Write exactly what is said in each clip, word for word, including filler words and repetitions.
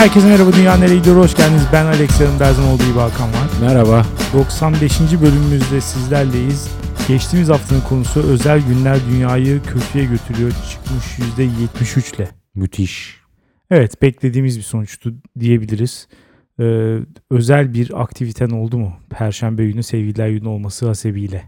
Herkese merhaba, Dünya Nereye Gidiyor? Hoş geldiniz. Ben Alex, yanımda her zaman olduğu gibi Hakan var. Merhaba. doksan beşinci bölümümüzde sizlerleyiz. Geçtiğimiz haftanın konusu özel günler dünyayı kötüye götürüyor. Çıkmış yüzde yetmiş üç ile. Müthiş. Evet, beklediğimiz bir sonuçtu diyebiliriz. Ee, özel bir aktiviten oldu mu? Perşembe günü sevgililer günü olması hasebiyle.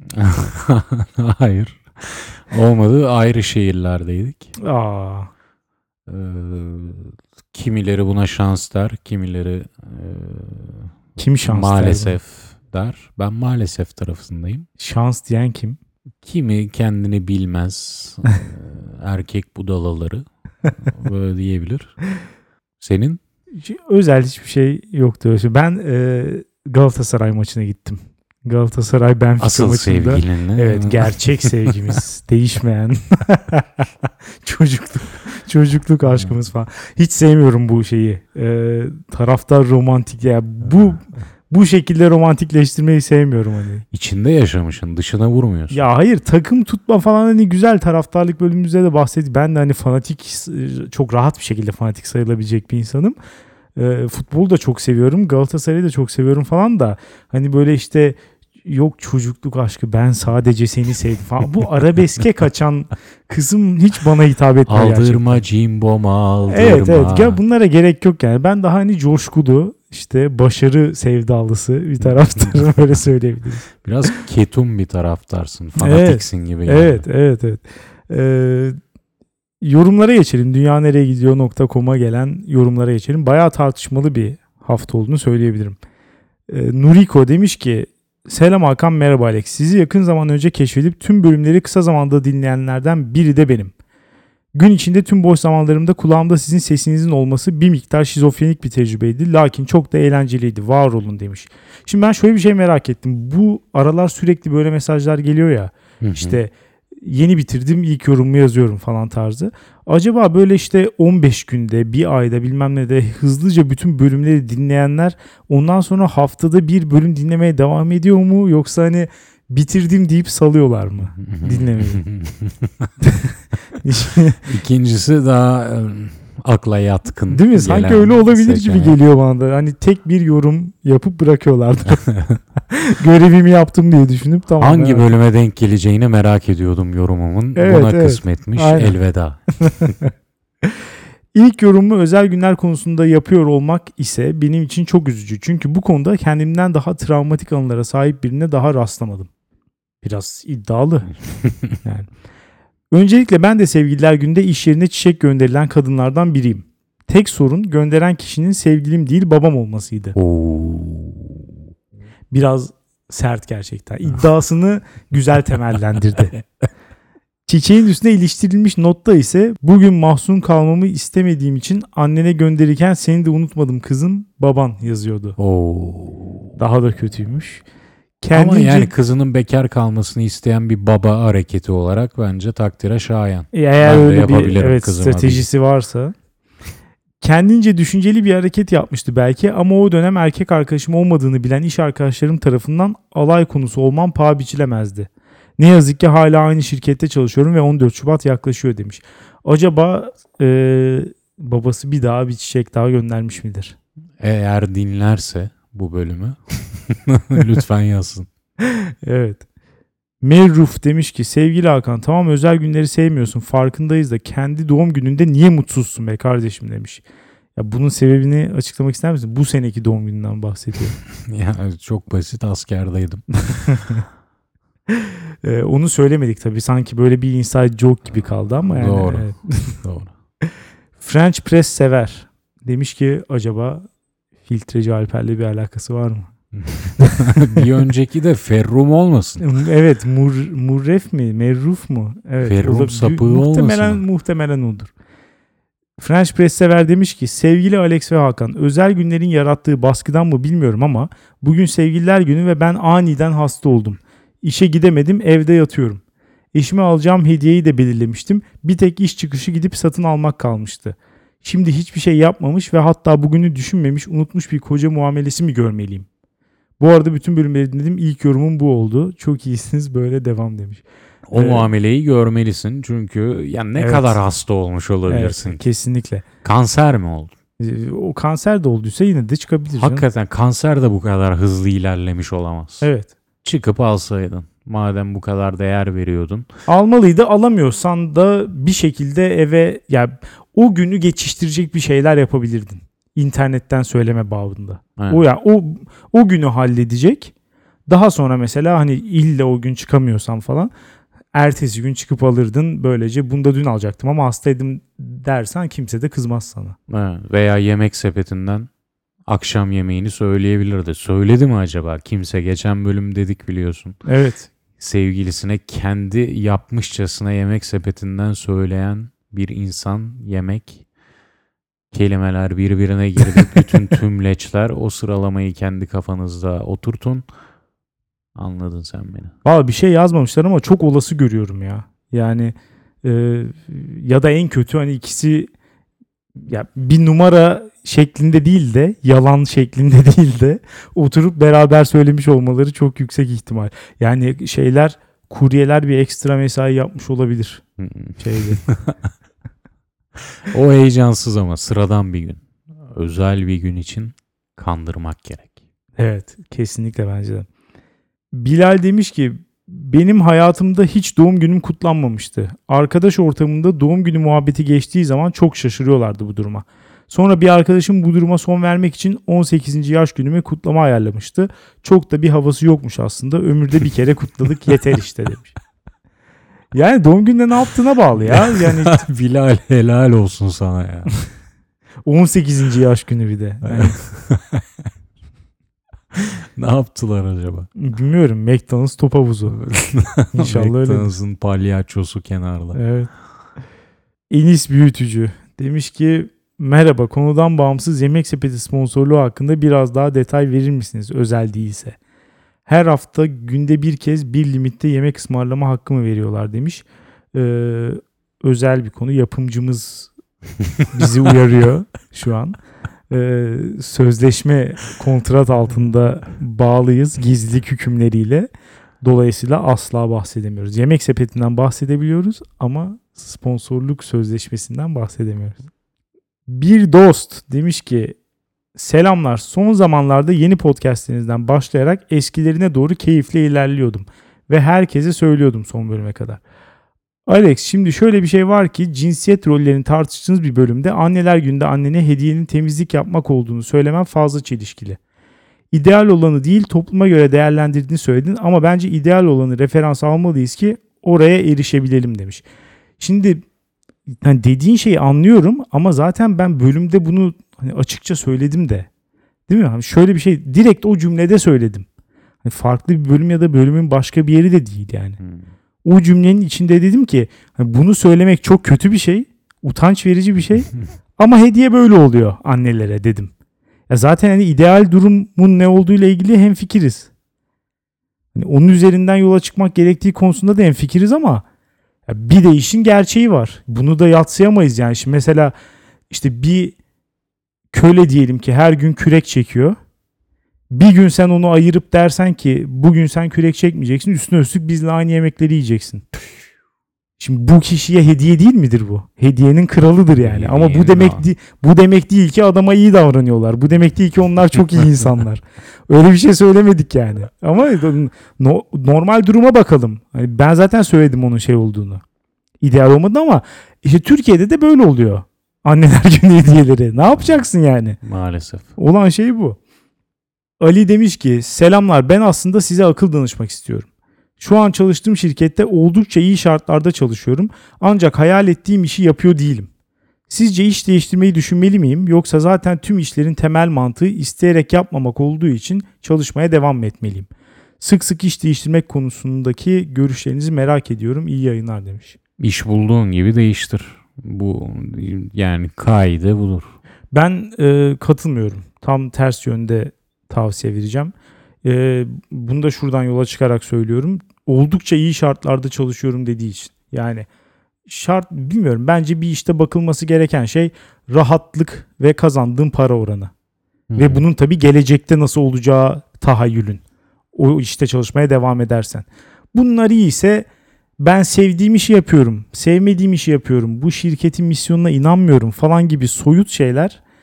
Hayır. Olmadı. Ayrı şehirlerdeydik. Aa. Ee, kimileri buna şans der, kimileri e, Kim şans maalesef der, der. Ben maalesef tarafındayım. Şans diyen kim? Kimi kendini bilmez e, erkek budalaları böyle diyebilir. Senin? Özel hiçbir şey yoktu. Ben e, Galatasaray maçına gittim. Galatasaray Benfica Asıl maçında. sevgilinle. Evet, gerçek sevgimiz, değişmeyen çocukluk çocukluk aşkımız falan. Hiç sevmiyorum bu şeyi. Ee, taraftar romantik ya. Bu bu şekilde romantikleştirmeyi sevmiyorum hani. İçinde yaşamışsın, dışına vurmuyorsun. Ya hayır, takım tutma falan hani güzel, taraftarlık bölümümüzde de bahsettik. Ben de hani fanatik, çok rahat bir şekilde fanatik sayılabilecek bir insanım. E, futbolu da çok seviyorum. Galatasaray'ı da çok seviyorum falan da hani böyle işte yok çocukluk aşkı, ben sadece seni sevdim falan. Bu arabeske kaçan kısım hiç bana hitap etmiyor aldırma gerçekten. Aldırma cimboma aldırma. Evet evet ya, bunlara gerek yok yani. Ben daha hani coşkulu, işte başarı sevdalısı bir taraftarım, öyle söyleyebiliriz. Biraz ketum bir taraftarsın. Fanatiksin evet, gibi. Evet yani. evet evet. Ee, yorumlara geçelim. dünya nereye gidiyor nokta com'a gelen yorumlara geçelim. Bayağı tartışmalı bir hafta olduğunu söyleyebilirim. Ee, Nuriko demiş ki selam Hakan, merhaba Alex. Sizi yakın zaman önce keşfedip tüm bölümleri kısa zamanda dinleyenlerden biri de benim. Gün içinde tüm boş zamanlarımda kulağımda sizin sesinizin olması bir miktar şizofrenik bir tecrübeydi. Lakin çok da eğlenceliydi. Var olun demiş. Şimdi ben şöyle bir şey merak ettim. Bu aralar sürekli böyle mesajlar geliyor ya. Hı hı. İşte yeni bitirdim, ilk yorumumu yazıyorum falan tarzı. Acaba böyle işte on beş günde, bir ayda bilmem ne de hızlıca bütün bölümleri dinleyenler ondan sonra haftada bir bölüm dinlemeye devam ediyor mu? Yoksa hani bitirdim deyip salıyorlar mı dinlemeyi? İkincisi daha akla yatkın. Değil mi? Sanki öyle olabilir seçenek gibi geliyor bana da. Hani tek bir yorum yapıp bırakıyorlardı. Görevimi yaptım diye düşünüp tamam. Hangi evet. bölüme denk geleceğini merak ediyordum yorumumun. Evet, Buna evet. kısmetmiş. Aynen. Elveda. İlk yorumumu özel günler konusunda yapıyor olmak ise benim için çok üzücü. Çünkü bu konuda kendimden daha travmatik anılara sahip birine daha rastlamadım. Biraz iddialı. Yani. Öncelikle ben de sevgililer günde iş yerine çiçek gönderilen kadınlardan biriyim. Tek sorun gönderen kişinin sevgilim değil babam olmasıydı. Oo. Biraz sert gerçekten. İddiasını güzel temellendirdi. Çiçeğin üstüne iliştirilmiş notta ise bugün mahzun kalmamı istemediğim için annene gönderirken seni de unutmadım kızım baban yazıyordu. Oo. Daha da kötüymüş. Kendince... Ama yani kızının bekar kalmasını isteyen bir baba hareketi olarak bence takdire şayan. Eğer ben öyle bir evet, stratejisi bir. varsa. Kendince düşünceli bir hareket yapmıştı belki ama o dönem erkek arkadaşım olmadığını bilen iş arkadaşlarım tarafından alay konusu olmam paha biçilemezdi. Ne yazık ki hala aynı şirkette çalışıyorum ve on dört Şubat yaklaşıyor demiş. Acaba e, babası bir daha bir çiçek daha göndermiş midir? Eğer dinlerse bu bölümü lütfen yazsın. Evet. Merruf demiş ki sevgili Hakan, tamam özel günleri sevmiyorsun farkındayız da kendi doğum gününde niye mutsuzsun be kardeşim demiş. Ya bunun sebebini açıklamak ister misin? Bu seneki doğum gününden bahsediyor. Ya çok basit, askerdeydim. ee, onu söylemedik tabii, sanki böyle bir inside joke gibi kaldı ama yani. Doğru. Evet. Doğru. French press sever. Demiş ki acaba filtreci Alper'le bir alakası var mı? Bir önceki de Ferrum olmasın. Evet, mur, Murref mi? Merruf mu? Evet. Ferrum da, sapığı muhtemelen, olmasın. Muhtemelen odur. French Press sever demiş ki sevgili Alex ve Hakan, özel günlerin yarattığı baskıdan mı bilmiyorum ama bugün sevgililer günü ve ben aniden hasta oldum. İşe gidemedim, evde yatıyorum. Eşime alacağım hediyeyi de belirlemiştim. Bir tek iş çıkışı gidip satın almak kalmıştı. Şimdi hiçbir şey yapmamış ve hatta bugünü düşünmemiş, unutmuş bir koca muamelesi mi görmeliyim? Bu arada bütün bölümleri dinledim. İlk yorumum bu oldu. Çok iyisiniz, böyle devam demiş. O ee, muameleyi görmelisin çünkü yani ne evet. kadar hasta olmuş olabilirsin. Evet, kesinlikle. Kanser mi oldun? E, o kanser de olduysa yine de çıkabilir. canım. Hakikaten kanser de bu kadar hızlı ilerlemiş olamaz. Evet. Çıkıp alsaydın. Madem bu kadar değer veriyordun. Almalıydı, alamıyorsan da bir şekilde eve ya o günü geçiştirecek bir şeyler yapabilirdin. İnternetten söyleme babında. Evet. O ya o o günü halledecek. Daha sonra mesela hani ille o gün çıkamıyorsan falan ertesi gün çıkıp alırdın. Böylece bunu da dün alacaktım ama hastaydım dersen kimse de kızmaz sana. Evet. Veya Yemek Sepeti'nden akşam yemeğini söyleyebilirdi. Söyledi mi acaba? Kimse, geçen bölüm dedik biliyorsun. Evet. Sevgilisine kendi yapmışçasına Yemek Sepeti'nden söyleyen bir insan, yemek, kelimeler birbirine girdi. Bütün tümleçler, o sıralamayı kendi kafanızda oturtun. Anladın sen beni. Valla bir şey yazmamışlar ama çok olası görüyorum ya. Yani e, ya da en kötü hani ikisi ya bir numara şeklinde değil de yalan şeklinde değil de oturup beraber söylemiş olmaları çok yüksek ihtimal. Yani şeyler kuryeler bir ekstra mesai yapmış olabilir. Şeyde. O heyecansız ama sıradan bir gün. Özel bir gün için kandırmak gerek. Evet, kesinlikle bence de. Bilal demiş ki benim hayatımda hiç doğum günüm kutlanmamıştı. Arkadaş ortamında doğum günü muhabbeti geçtiği zaman çok şaşırıyorlardı bu duruma. Sonra bir arkadaşım bu duruma son vermek için on sekizinci yaş günümü kutlama ayarlamıştı. Çok da bir havası yokmuş aslında. Ömürde bir kere kutladık yeter işte demiş. Yani doğum gününde ne yaptığına bağlı ya. Yani Bilal helal olsun sana ya. on sekizinci yaş günü bir de. Yani Ne yaptılar acaba? bilmiyorum. McDonald's top havuzu. İnşallah öyle. McDonald's'ın palyaçosu kenarda. Evet. Enis Büyütücü demiş ki merhaba, konudan bağımsız Yemek Sepeti sponsorluğu hakkında biraz daha detay verir misiniz özel değilse? Her hafta günde bir kez bir limitte yemek ısmarlama hakkı mı veriyorlar demiş. Ee, özel bir konu. Yapımcımız bizi uyarıyor şu an. Ee, sözleşme kontrat altında bağlıyız gizlilik hükümleriyle. Dolayısıyla asla bahsedemiyoruz. Yemek Sepeti'nden bahsedebiliyoruz ama sponsorluk sözleşmesinden bahsedemiyoruz. Bir dost demiş ki selamlar, son zamanlarda yeni podcastlerinizden başlayarak eskilerine doğru keyifle ilerliyordum ve herkese söylüyordum son bölüme kadar. Alex, şimdi şöyle bir şey var ki cinsiyet rollerini tartıştığınız bir bölümde anneler günde annene hediyenin temizlik yapmak olduğunu söylemen fazla çelişkili. İdeal olanı değil topluma göre değerlendirdiğini söyledin ama bence ideal olanı referans almalıyız ki oraya erişebilelim demiş. Şimdi yani dediğin şeyi anlıyorum ama zaten ben bölümde bunu hani açıkça söyledim de. Değil mi? Hani şöyle bir şey direkt o cümlede söyledim. Hani farklı bir bölüm ya da bölümün başka bir yeri de değil yani. Hmm. O cümlenin içinde dedim ki hani bunu söylemek çok kötü bir şey, utanç verici bir şey ama hediye böyle oluyor annelere dedim. Ya zaten hani ideal durumun ne olduğuyla ilgili hemfikiriz. Hani onun üzerinden yola çıkmak gerektiği konusunda da hemfikiriz ama ya bir de işin gerçeği var. Bunu da yadsıyamayız yani. Şimdi mesela işte bir köle diyelim ki her gün kürek çekiyor. Bir gün sen onu ayırıp dersen ki bugün sen kürek çekmeyeceksin, üstüne üstlük bizle aynı yemekleri yiyeceksin. Şimdi bu kişiye hediye değil midir bu? Hediyenin kralıdır yani. Ama bu demek di- bu demek değil ki adama iyi davranıyorlar. Bu demek değil ki onlar çok iyi insanlar. Öyle bir şey söylemedik yani. Ama no- normal duruma bakalım. Yani ben zaten söyledim onun şey olduğunu. İdeal olmadı ama işte Türkiye'de de böyle oluyor. Anneler Günü hediyeleri. Ne yapacaksın yani? Maalesef. Olan şey bu. Ali demiş ki selamlar, ben aslında size akıl danışmak istiyorum. Şu an çalıştığım şirkette oldukça iyi şartlarda çalışıyorum ancak hayal ettiğim işi yapıyor değilim. Sizce iş değiştirmeyi düşünmeli miyim yoksa zaten tüm işlerin temel mantığı isteyerek yapmamak olduğu için çalışmaya devam mı etmeliyim? Sık sık iş değiştirmek konusundaki görüşlerinizi merak ediyorum. İyi yayınlar demiş. İş bulduğun gibi değiştir. Bu yani kaide budur. Ben e, katılmıyorum. Tam ters yönde tavsiye vereceğim. E, bunu da şuradan yola çıkarak söylüyorum. Oldukça iyi şartlarda çalışıyorum dediği için. Yani şart bilmiyorum. Bence bir işte bakılması gereken şey rahatlık ve kazandığın para oranı. Hı-hı. Ve bunun tabii gelecekte nasıl olacağı tahayyülün. O işte çalışmaya devam edersen. Bunlar iyi ise ben sevdiğim işi yapıyorum, sevmediğim işi yapıyorum, bu şirketin misyonuna inanmıyorum falan gibi soyut şeyler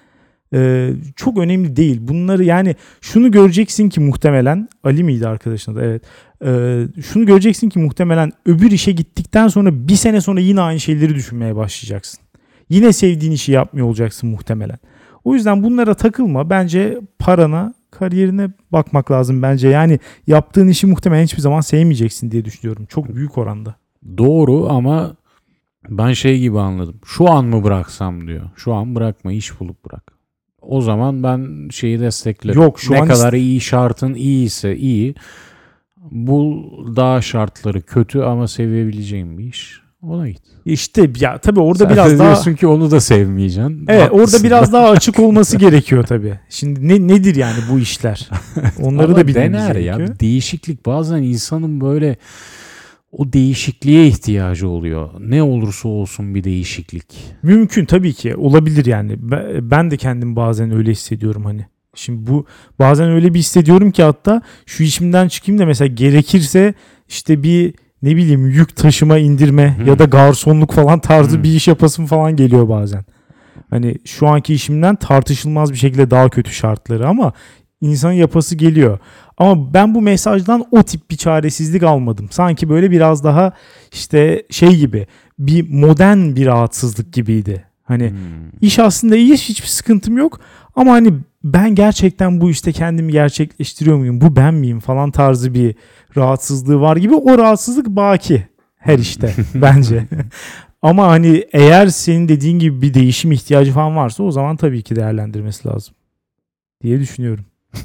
Ee, çok önemli değil. Bunları yani şunu göreceksin ki muhtemelen Ali miydi arkadaşın da evet. Ee, şunu göreceksin ki muhtemelen öbür işe gittikten sonra bir sene sonra yine aynı şeyleri düşünmeye başlayacaksın. Yine sevdiğin işi yapmıyor olacaksın muhtemelen. O yüzden bunlara takılma. Bence parana, kariyerine bakmak lazım bence. Yani yaptığın işi muhtemelen hiçbir zaman sevmeyeceksin diye düşünüyorum. Çok büyük oranda. Doğru ama ben şey gibi anladım. Şu an mı bıraksam diyor. Şu an bırakma, iş bulup bırak. O zaman ben şeyi desteklerim. Yok, şu ne an kadar ist- iyi şartın iyiyse iyi. Bul daha şartları kötü ama sevebileceğim bir iş. Ona git. İşte ya tabii orada Sen biraz de daha diyorsun ki onu da sevmeyeceksin. evet Haklısın. orada biraz daha açık olması gerekiyor tabii. Şimdi ne nedir yani bu işler? Onları Ama da bilmemiz dener gerekiyor. ya. Değişiklik bazen insanın böyle o değişikliğe ihtiyacı oluyor. Ne olursa olsun bir değişiklik. Mümkün tabii ki olabilir yani. Ben- Ben de kendim bazen öyle hissediyorum hani. Şimdi bu bazen öyle bir hissediyorum ki hatta şu işimden çıkayım da mesela gerekirse işte bir ne bileyim yük taşıma indirme Hmm. ya da garsonluk falan tarzı Hmm. bir iş yapasım falan geliyor bazen. Hani şu anki işimden tartışılmaz bir şekilde daha kötü şartları ama insanın yapası geliyor. Ama ben bu mesajdan o tip bir çaresizlik almadım. Sanki böyle biraz daha işte şey gibi bir modern bir rahatsızlık gibiydi. Hani Hmm. iş aslında iyi, hiçbir sıkıntım yok ama hani ben gerçekten bu işte kendimi gerçekleştiriyor muyum? Bu ben miyim falan tarzı bir rahatsızlığı var gibi. O rahatsızlık baki her işte bence. Ama hani eğer senin dediğin gibi bir değişim ihtiyacı falan varsa o zaman tabii ki değerlendirmesi lazım diye düşünüyorum.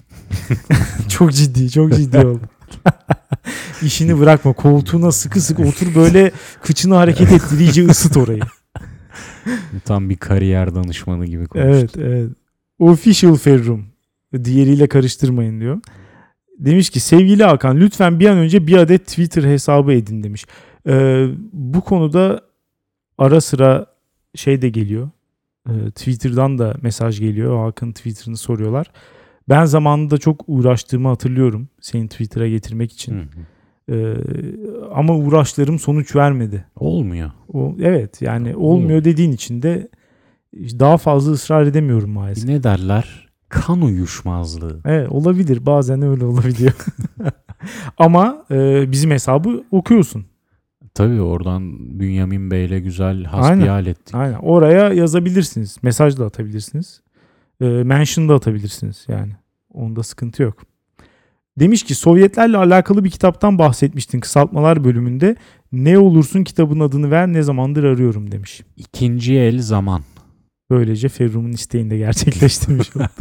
Çok ciddi, çok ciddi oldu. İşini bırakma, koltuğuna sıkı sıkı otur, böyle kıçını hareket ettir, iyice ısıt orayı. Tam bir kariyer danışmanı gibi konuştun. Evet, evet. Official Ferrum. Diğeriyle karıştırmayın diyor. Demiş ki sevgili Hakan lütfen bir an önce bir adet Twitter hesabı edin demiş. Ee, bu konuda ara sıra şey de geliyor. Ee, Twitter'dan da mesaj geliyor. Hakan'ın Twitter'ını soruyorlar. Ben zamanında çok uğraştığımı hatırlıyorum. Seni Twitter'a getirmek için. Hı hı. Ee, ama uğraşlarım sonuç vermedi. Olmuyor. O, evet yani olmuyor dediğin için de daha fazla ısrar edemiyorum maalesef. Ne derler? Kan uyuşmazlığı. Evet olabilir, bazen öyle olabiliyor. Ama e, bizim hesabı okuyorsun. Tabii oradan Bünyamin Bey'le güzel Aynen. hasbihal ettik. Aynen, oraya yazabilirsiniz. Mesaj da atabilirsiniz. E, mention da atabilirsiniz yani. Onda sıkıntı yok. Demiş ki Sovyetlerle alakalı bir kitaptan bahsetmiştin kısaltmalar bölümünde. Ne olursun kitabın adını ver, ne zamandır arıyorum demiş. İkinci el zaman. Böylece Ferrum'un isteğini de gerçekleştirmiş olduk.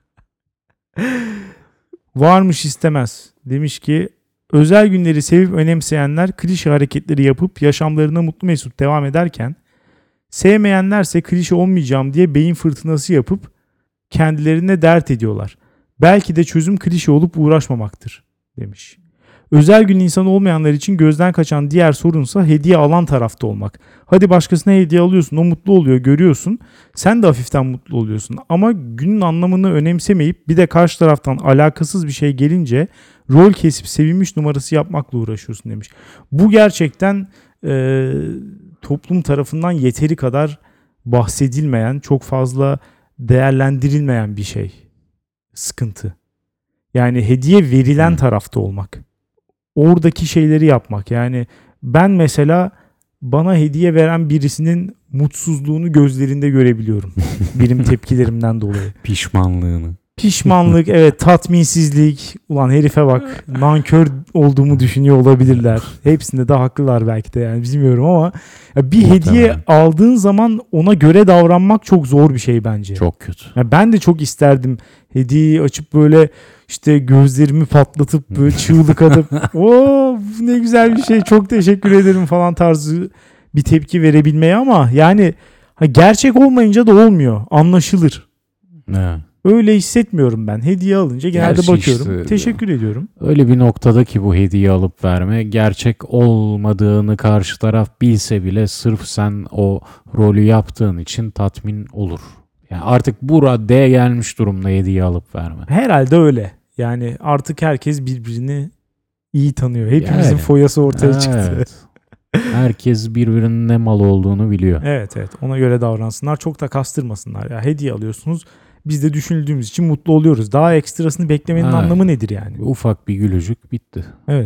Varmış istemez. Demiş ki özel günleri sevip önemseyenler klişe hareketleri yapıp yaşamlarına mutlu mesut devam ederken sevmeyenlerse klişe olmayacağım diye beyin fırtınası yapıp kendilerine dert ediyorlar. Belki de çözüm klişe olup uğraşmamaktır demiş. Özel gün insanı olmayanlar için gözden kaçan diğer sorunsa hediye alan tarafta olmak. Hadi başkasına hediye alıyorsun, o mutlu oluyor, görüyorsun. Sen de hafiften mutlu oluyorsun. Ama günün anlamını önemsemeyip bir de karşı taraftan alakasız bir şey gelince rol kesip sevinmiş numarası yapmakla uğraşıyorsun demiş. Bu gerçekten e, toplum tarafından yeteri kadar bahsedilmeyen, çok fazla değerlendirilmeyen bir şey. Sıkıntı. Yani hediye verilen Hmm. tarafta olmak. Oradaki şeyleri yapmak. Yani ben mesela bana hediye veren birisinin mutsuzluğunu gözlerinde görebiliyorum. Benim tepkilerimden dolayı. Pişmanlığını. Pişmanlık, evet, tatminsizlik. Ulan herife bak, nankör olduğumu düşünüyor olabilirler. Hepsinde de haklılar belki de, yani bilmiyorum ama ya bir hediye Muhtemelen. aldığın zaman ona göre davranmak çok zor bir şey bence. Çok kötü. Ya ben de çok isterdim hediyeyi açıp böyle işte gözlerimi patlatıp böyle çığlık atıp "Oo, bu ne güzel bir şey, çok teşekkür ederim" falan tarzı bir tepki verebilmeyi, ama yani ha, gerçek olmayınca da olmuyor. Anlaşılır. Evet. Öyle hissetmiyorum ben. Hediye alınca genelde Gerçi bakıyorum. işte- Teşekkür ediyorum. Öyle bir noktada ki bu hediye alıp verme gerçek olmadığını karşı taraf bilse bile sırf sen o rolü yaptığın için tatmin olur. Yani artık bu raddeye gelmiş durumda hediye alıp verme. Herhalde öyle. Yani artık herkes birbirini iyi tanıyor. Hepimizin Yani. foyası ortaya çıktı. Evet. Herkes birbirinin ne mal olduğunu biliyor. Evet evet, ona göre davransınlar, çok da kastırmasınlar. Ya hediye alıyorsunuz, Biz de düşünüldüğümüz için mutlu oluyoruz. Daha ekstrasını beklemenin Ha. anlamı nedir yani? Ufak bir gülücük bitti. Evet.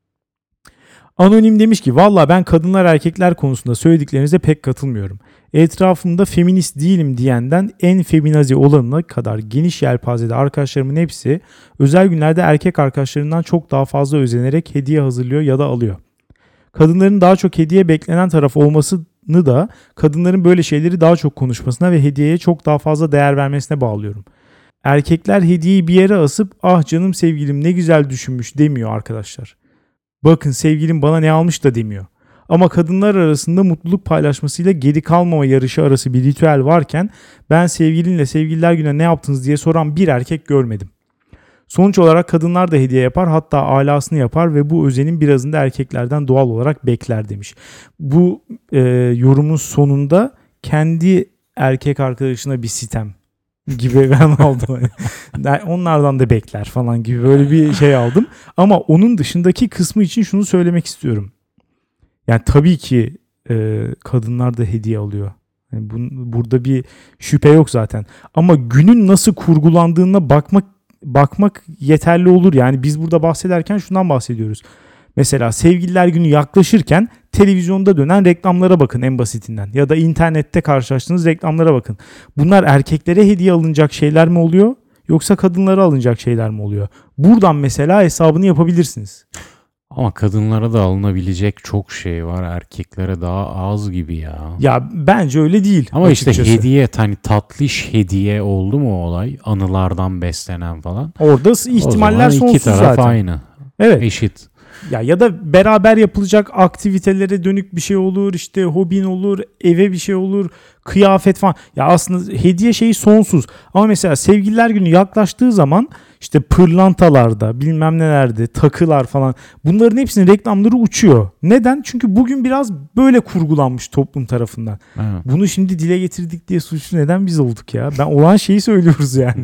Anonim demiş ki valla ben kadınlar erkekler konusunda söylediklerinize pek katılmıyorum. Etrafımda feminist değilim diyenden en feminazi olanına kadar geniş yelpazede arkadaşlarımın hepsi özel günlerde erkek arkadaşlarından çok daha fazla özenerek hediye hazırlıyor ya da alıyor. Kadınların daha çok hediye beklenen taraf olmasını da kadınların böyle şeyleri daha çok konuşmasına ve hediyeye çok daha fazla değer vermesine bağlıyorum. Erkekler hediyeyi bir yere asıp ah canım sevgilim ne güzel düşünmüş demiyor arkadaşlar. Bakın sevgilim bana ne almış da demiyor. Ama kadınlar arasında mutluluk paylaşmasıyla geri kalmama yarışı arası bir ritüel varken ben sevgilinle sevgililer gününe ne yaptınız diye soran bir erkek görmedim. Sonuç olarak kadınlar da hediye yapar, hatta alasını yapar ve bu özenin birazını da erkeklerden doğal olarak bekler demiş. Bu e, yorumun sonunda kendi erkek arkadaşına bir sitem gibi ben aldım. Yani onlardan da bekler falan gibi böyle bir şey aldım. Ama onun dışındaki kısmı için şunu söylemek istiyorum. Yani tabii ki e, kadınlar da hediye alıyor. Yani bun, burada bir şüphe yok zaten. Ama günün nasıl kurgulandığına bakmak bakmak yeterli olur. Yani biz burada bahsederken şundan bahsediyoruz. Mesela sevgililer günü yaklaşırken televizyonda dönen reklamlara bakın en basitinden. Ya da internette karşılaştığınız reklamlara bakın. Bunlar erkeklere hediye alınacak şeyler mi oluyor? Yoksa kadınlara alınacak şeyler mi oluyor? Buradan mesela hesabını yapabilirsiniz. Ama kadınlara da alınabilecek çok şey var. Erkeklere daha az gibi ya. Ya bence öyle değil. Ama açıkçası. işte hediye, hani tatlış hediye oldu mu olay? Anılardan beslenen falan. Orada ihtimaller o zaman sonsuz iki taraf zaten. aynı. Evet. Eşit. Ya ya da beraber yapılacak aktivitelere dönük bir şey olur, işte hobin olur, eve bir şey olur, kıyafet falan. Ya aslında hediye şeyi sonsuz. Ama mesela sevgililer günü yaklaştığı zaman işte pırlantalarda, bilmem nelerde, takılar falan, bunların hepsinin reklamları uçuyor. Neden? Çünkü bugün biraz böyle kurgulanmış toplum tarafından. Evet. Bunu şimdi dile getirdik diye suçlu neden biz olduk ya? Ben olan şeyi söylüyoruz yani.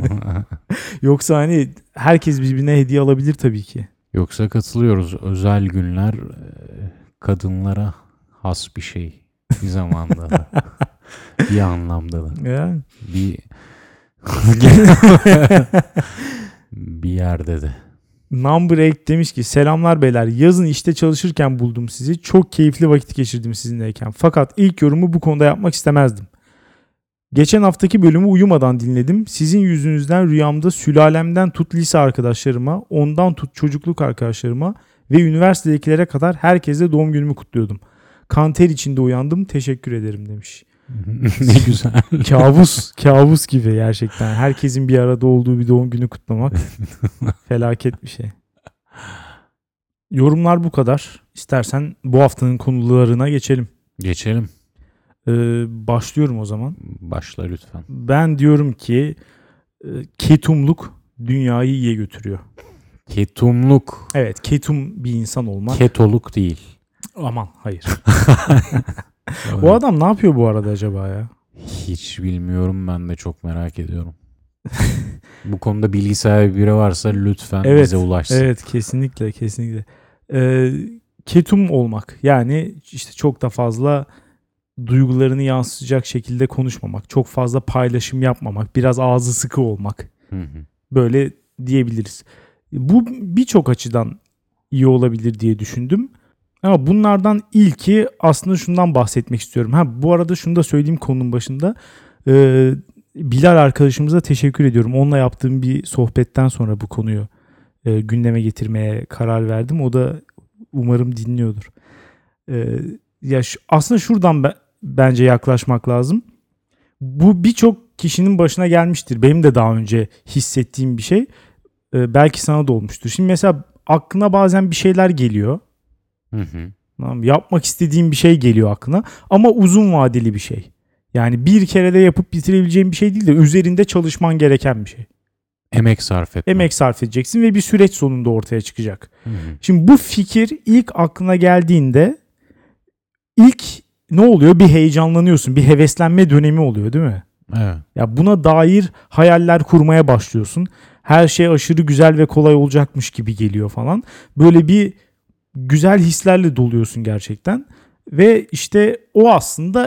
Yoksa hani herkes birbirine hediye alabilir tabii ki. Yoksa katılıyoruz. Özel günler e, kadınlara has bir şey. Bir zamanda da. Bir anlamda da. Ya. Bir bir yerde de. Number eight demiş ki selamlar beyler, yazın işte çalışırken buldum sizi, çok keyifli vakit geçirdim sizinleyken, fakat ilk yorumu bu konuda yapmak istemezdim. Geçen haftaki bölümü uyumadan dinledim. Sizin yüzünüzden rüyamda sülalemden tut lise arkadaşlarıma, ondan tut çocukluk arkadaşlarıma ve üniversitedekilere kadar herkese doğum günümü kutluyordum. Kanter içinde uyandım, teşekkür ederim demiş. Ne güzel. Kabus, kabus gibi gerçekten. Herkesin bir arada olduğu bir doğum günü kutlamak felaket bir şey. Yorumlar bu kadar. İstersen bu haftanın konularına geçelim. Geçelim. Ee, başlıyorum o zaman. Başla lütfen. Ben diyorum ki e, ketumluk dünyayı iyiye götürüyor. Ketumluk. Evet, ketum bir insan olmak. Ketoluk değil. Aman hayır. O adam ne yapıyor bu arada acaba ya? Hiç bilmiyorum, ben de çok merak ediyorum. Bu konuda bilgi sahibi biri varsa lütfen Evet, bize ulaşsın. Evet, kesinlikle kesinlikle. Ee, ketum olmak yani işte çok da fazla duygularını yansıtacak şekilde konuşmamak, çok fazla paylaşım yapmamak, biraz ağzı sıkı olmak. Hı hı. Böyle diyebiliriz. Bu birçok açıdan iyi olabilir diye düşündüm. Ama bunlardan ilki aslında şundan bahsetmek istiyorum. Ha, bu arada şunu da söyleyeyim konunun başında. Ee, Bilal arkadaşımıza teşekkür ediyorum. Onunla yaptığım bir sohbetten sonra bu konuyu e, gündeme getirmeye karar verdim. O da umarım dinliyordur. Ee, ya şu, aslında şuradan be, bence yaklaşmak lazım. Bu birçok kişinin başına gelmiştir. Benim de daha önce hissettiğim bir şey. Ee, belki sana da olmuştur. Şimdi mesela aklına bazen bir şeyler geliyor. Hı hı. Tamam, yapmak istediğim bir şey geliyor aklına ama uzun vadeli bir şey. Yani bir kerede yapıp bitirebileceğin bir şey değil de üzerinde çalışman gereken bir şey. Emek sarf etme. Emek sarf edeceksin ve bir süreç sonunda ortaya çıkacak. Hı hı. Şimdi bu fikir ilk aklına geldiğinde ilk ne oluyor? Bir heyecanlanıyorsun. Bir heveslenme dönemi oluyor değil mi? Evet. Ya buna dair hayaller kurmaya başlıyorsun. Her şey aşırı güzel ve kolay olacakmış gibi geliyor falan. Böyle bir güzel hislerle doluyorsun gerçekten. Ve işte o aslında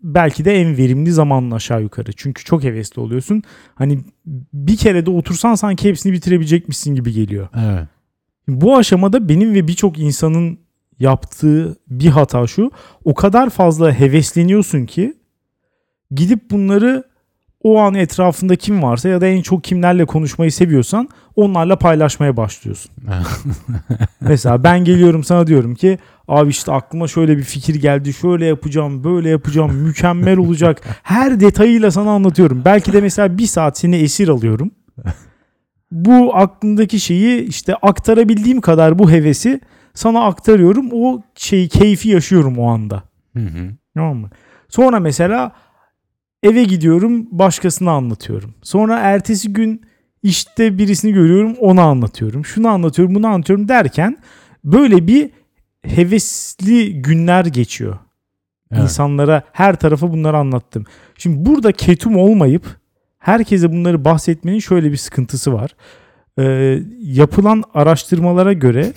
belki de en verimli zamanın aşağı yukarı. Çünkü çok hevesli oluyorsun. Hani bir kere de otursan sanki hepsini bitirebilecekmişsin gibi geliyor. Evet. Bu aşamada benim ve birçok insanın yaptığı bir hata şu. O kadar fazla hevesleniyorsun ki gidip bunları o an etrafında kim varsa ya da en çok kimlerle konuşmayı seviyorsan onlarla paylaşmaya başlıyorsun. Mesela ben geliyorum sana diyorum ki abi işte aklıma şöyle bir fikir geldi, şöyle yapacağım, böyle yapacağım, mükemmel olacak. Her detayıyla sana anlatıyorum. Belki de mesela bir saat seni esir alıyorum. Bu aklımdaki şeyi işte aktarabildiğim kadar bu hevesi sana aktarıyorum. O şeyi, keyfi yaşıyorum o anda. Hı hı. Tamam mı? Sonra mesela eve gidiyorum, başkasına anlatıyorum. Sonra ertesi gün işte birisini görüyorum, ona anlatıyorum. Şunu anlatıyorum, bunu anlatıyorum derken böyle bir hevesli günler geçiyor. Evet. İnsanlara her tarafa bunları anlattım. Şimdi burada ketum olmayıp herkese bunları bahsetmenin şöyle bir sıkıntısı var. Ee, yapılan araştırmalara göre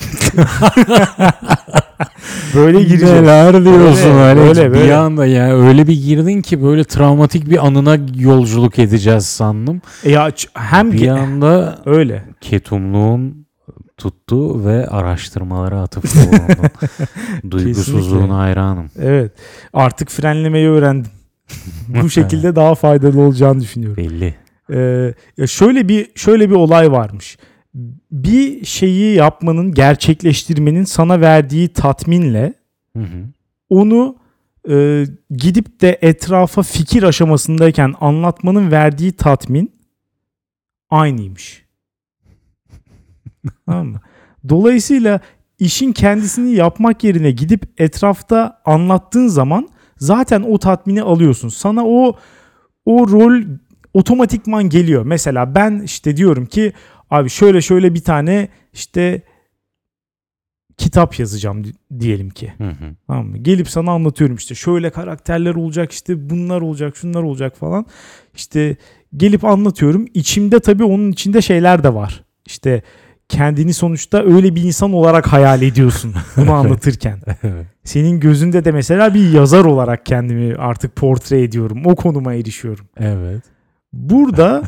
böyle gireceğiz. Neler diyorsun Böyle, Alex? böyle, böyle. Bir anda ya öyle bir girdin ki böyle travmatik bir anına yolculuk edeceğiz sandım. E ya ç- hem Bir ge- anda öyle. ketumluğun tuttu ve araştırmalara atıfta bulundun. Duygusuzluğuna Kesinlikle. hayranım. Evet. Artık frenlemeyi öğrendim. Bu şekilde daha faydalı olacağını düşünüyorum. Belli. Ee, ya şöyle bir şöyle bir olay varmış. Bir şeyi yapmanın, gerçekleştirmenin sana verdiği tatminle Hı hı. onu e, gidip de etrafa fikir aşamasındayken anlatmanın verdiği tatmin aynıymış. Tamam mı? Dolayısıyla işin kendisini yapmak yerine gidip etrafta anlattığın zaman zaten o tatmini alıyorsun. Sana o o rol otomatikman geliyor. Mesela ben işte diyorum ki abi şöyle şöyle bir tane işte kitap yazacağım diyelim ki. Hı hı. Tamam mı? Gelip sana anlatıyorum işte şöyle karakterler olacak, işte bunlar olacak, şunlar olacak falan. İşte gelip anlatıyorum. İçimde tabii onun içinde şeyler de var. İşte kendini sonuçta öyle bir insan olarak hayal ediyorsun bunu anlatırken. Evet. Senin gözünde de mesela bir yazar olarak kendimi artık portre ediyorum. O konuma erişiyorum. Evet. Burada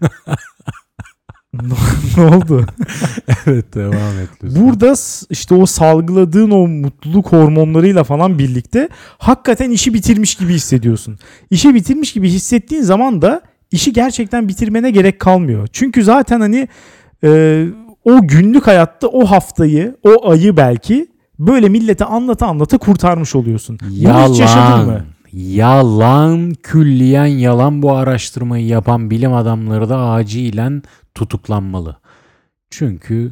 ne oldu? Evet, devam et lütfen. Burada s- işte o salgıladığın o mutluluk hormonlarıyla falan birlikte hakikaten işi bitirmiş gibi hissediyorsun. İşi bitirmiş gibi hissettiğin zaman da işi gerçekten bitirmene gerek kalmıyor. Çünkü zaten hani e, o günlük hayatta o haftayı, o ayı belki böyle millete anlata anlata kurtarmış oluyorsun. Bunu hiç yaşadın Yalan. mı? Yalan, külliyen yalan. Bu araştırmayı yapan bilim adamları da acilen tutuklanmalı. Çünkü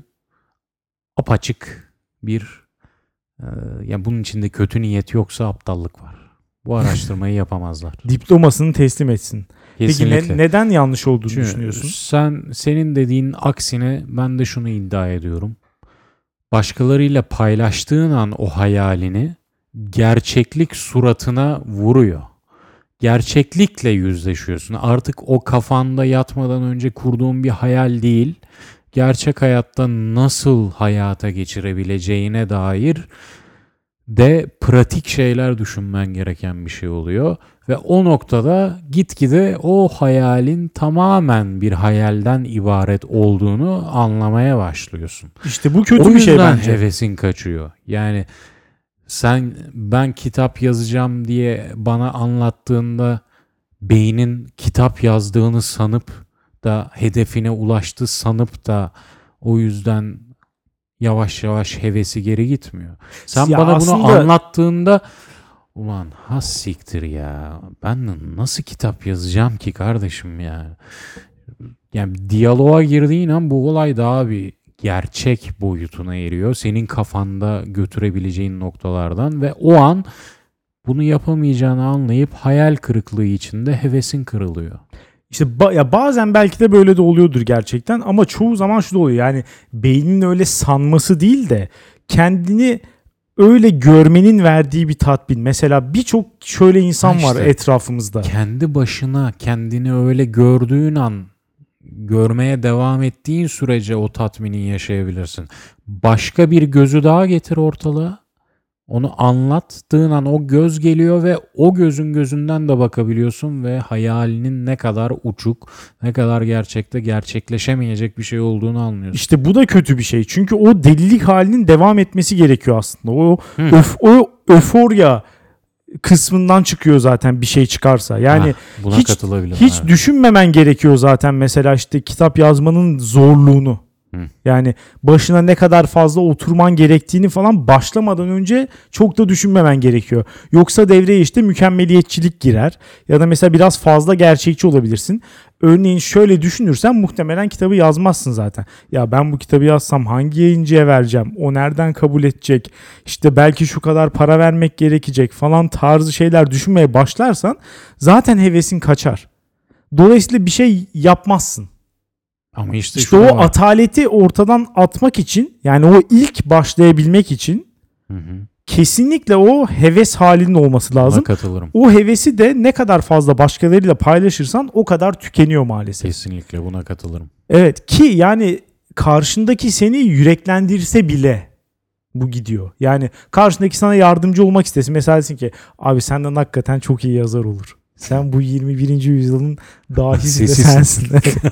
apaçık bir e, ya bunun içinde kötü niyet yoksa aptallık var. Bu araştırmayı yapamazlar. Diplomasını teslim etsin. Kesinlikle. Peki ne- neden yanlış olduğunu Çünkü düşünüyorsun? sen senin dediğin aksine ben de şunu iddia ediyorum. Başkalarıyla paylaştığın an o hayalini gerçeklik suratına vuruyor. Gerçeklikle yüzleşiyorsun. Artık o kafanda yatmadan önce kurduğun bir hayal değil, gerçek hayatta nasıl hayata geçirebileceğine dair de pratik şeyler düşünmen gereken bir şey oluyor. Ve o noktada gitgide o hayalin tamamen bir hayalden ibaret olduğunu anlamaya başlıyorsun. İşte bu kötü O bir şey yüzden bence. hevesin kaçıyor. Yani sen ben kitap yazacağım diye bana anlattığında beynin kitap yazdığını sanıp da hedefine ulaştı sanıp da o yüzden yavaş yavaş hevesi geri gitmiyor. Sen Ya bana bunu aslında- anlattığında ulan has siktir ya, ben nasıl kitap yazacağım ki kardeşim ya. Yani diyaloğa girdiğin an bu olay daha bir gerçek boyutuna eriyor. Senin kafanda götürebileceğin noktalardan ve o an bunu yapamayacağını anlayıp hayal kırıklığı içinde hevesin kırılıyor. İşte ba- ya bazen belki de böyle de oluyordur gerçekten ama çoğu zaman şu da oluyor. Yani beynin öyle sanması değil de kendini öyle görmenin verdiği bir tatmin. Mesela birçok şöyle insan Ha var işte. etrafımızda. Kendi başına kendini öyle gördüğün an, görmeye devam ettiğin sürece o tatmini yaşayabilirsin. Başka bir gözü daha getir ortalığa. Onu anlattığın an o göz geliyor ve o gözün gözünden de bakabiliyorsun ve hayalinin ne kadar uçuk, ne kadar gerçekte gerçekleşemeyecek bir şey olduğunu anlıyorsun. İşte bu da kötü bir şey. Çünkü o delilik halinin devam etmesi gerekiyor aslında. O Hmm. öf, o öforya kısmından çıkıyor zaten bir şey çıkarsa. Yani Hah, buna hiç katılabilirim. hiç evet. düşünmemen gerekiyor zaten mesela işte kitap yazmanın zorluğunu. Hı. Yani başına ne kadar fazla oturman gerektiğini falan başlamadan önce çok da düşünmemen gerekiyor. Yoksa devreye işte mükemmeliyetçilik girer. Ya da mesela biraz fazla gerçekçi olabilirsin. Örneğin şöyle düşünürsen muhtemelen kitabı yazmazsın zaten. Ya ben bu kitabı yazsam hangi yayıncıya vereceğim? O nereden kabul edecek? İşte belki şu kadar para vermek gerekecek falan tarzı şeyler düşünmeye başlarsan zaten hevesin kaçar. Dolayısıyla bir şey yapmazsın. Ama işte, İşte şu o da var. ataleti ortadan atmak için yani o ilk başlayabilmek için Hı hı. kesinlikle o heves halinin olması Buna lazım. katılırım. O hevesi de ne kadar fazla başkalarıyla paylaşırsan o kadar tükeniyor maalesef. Kesinlikle buna katılırım. Evet ki yani karşındaki seni yüreklendirse bile bu gidiyor. Yani karşındaki sana yardımcı olmak istesin. Mesela desin ki abi senden hakikaten çok iyi yazar olur. Sen bu yirmi birinci yüzyılın dahisi de Sesisin. sensin.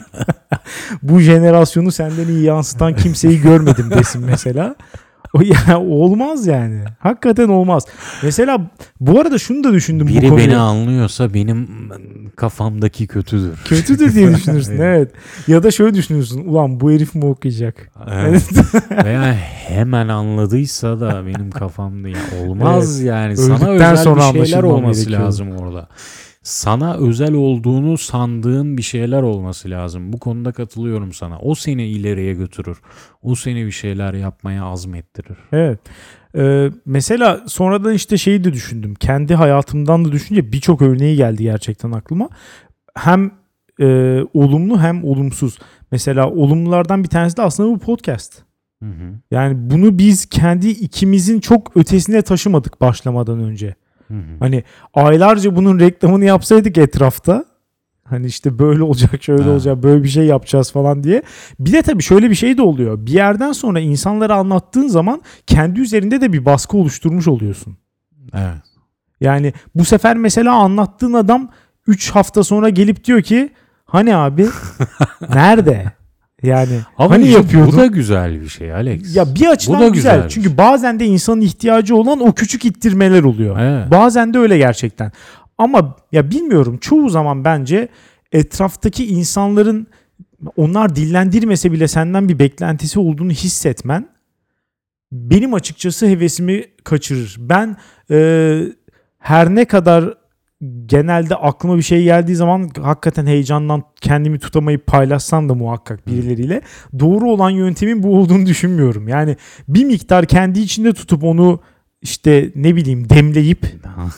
Bu jenerasyonu senden iyi yansıtan kimseyi görmedim desin mesela. O ya olmaz yani. Hakikaten olmaz. Mesela bu arada şunu da düşündüm bu Biri konuda. beni anlıyorsa benim kafamdaki kötüdür. Kötüdür diye düşünürsün evet. Ya da şöyle düşünürsün. Ulan bu herif mi okuyacak? Evet. Veya hemen anladıysa da benim kafamda ya olmaz yani. Sana Öldükten özel sonra bir şeyler anlaşılmam olması gerekiyor. lazım orada. Sana özel olduğunu sandığın bir şeyler olması lazım. Bu konuda katılıyorum sana. O seni ileriye götürür. O seni bir şeyler yapmaya azmettirir. Evet. Ee, mesela sonradan işte şeyi de düşündüm. Kendi hayatımdan da düşünce birçok örneği geldi gerçekten aklıma. Hem e, olumlu hem olumsuz. Mesela olumlulardan bir tanesi de aslında bu podcast. Hı hı. Yani bunu biz kendi ikimizin çok ötesine taşımadık başlamadan önce. Hı hı. Hani aylarca bunun reklamını yapsaydık etrafta. Hani işte böyle olacak, şöyle Ha. olacak, böyle bir şey yapacağız falan diye. Bir de tabii şöyle bir şey de oluyor. Bir yerden sonra insanlara anlattığın zaman kendi üzerinde de bir baskı oluşturmuş oluyorsun. Evet. Yani bu sefer mesela anlattığın adam üç hafta sonra gelip diyor ki hani abi nerede? Yani Ama hani işte yapıyordun? bu da güzel bir şey Alex. Ya bir Bu açıdan da güzel. güzel bir Çünkü şey. bazen de insanın ihtiyacı olan o küçük ittirmeler oluyor. Evet. Bazen de öyle gerçekten. Ama ya bilmiyorum çoğu zaman bence etraftaki insanların onlar dillendirmese bile senden bir beklentisi olduğunu hissetmen benim açıkçası hevesimi kaçırır. Ben e, her ne kadar genelde aklıma bir şey geldiği zaman hakikaten heyecandan kendimi tutamayıp paylaşsam da muhakkak birileriyle doğru olan yöntemin bu olduğunu düşünmüyorum. Yani bir miktar kendi içinde tutup onu işte ne bileyim demleyip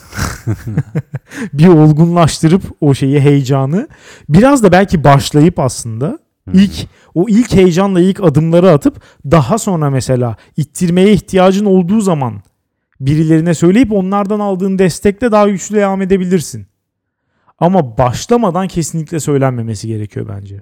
bir olgunlaştırıp o şeyi heyecanı biraz da belki başlayıp aslında ilk o ilk heyecanla ilk adımları atıp daha sonra mesela ittirmeye ihtiyacın olduğu zaman birilerine söyleyip onlardan aldığın destekle daha güçlü devam edebilirsin. Ama başlamadan kesinlikle söylenmemesi gerekiyor bence.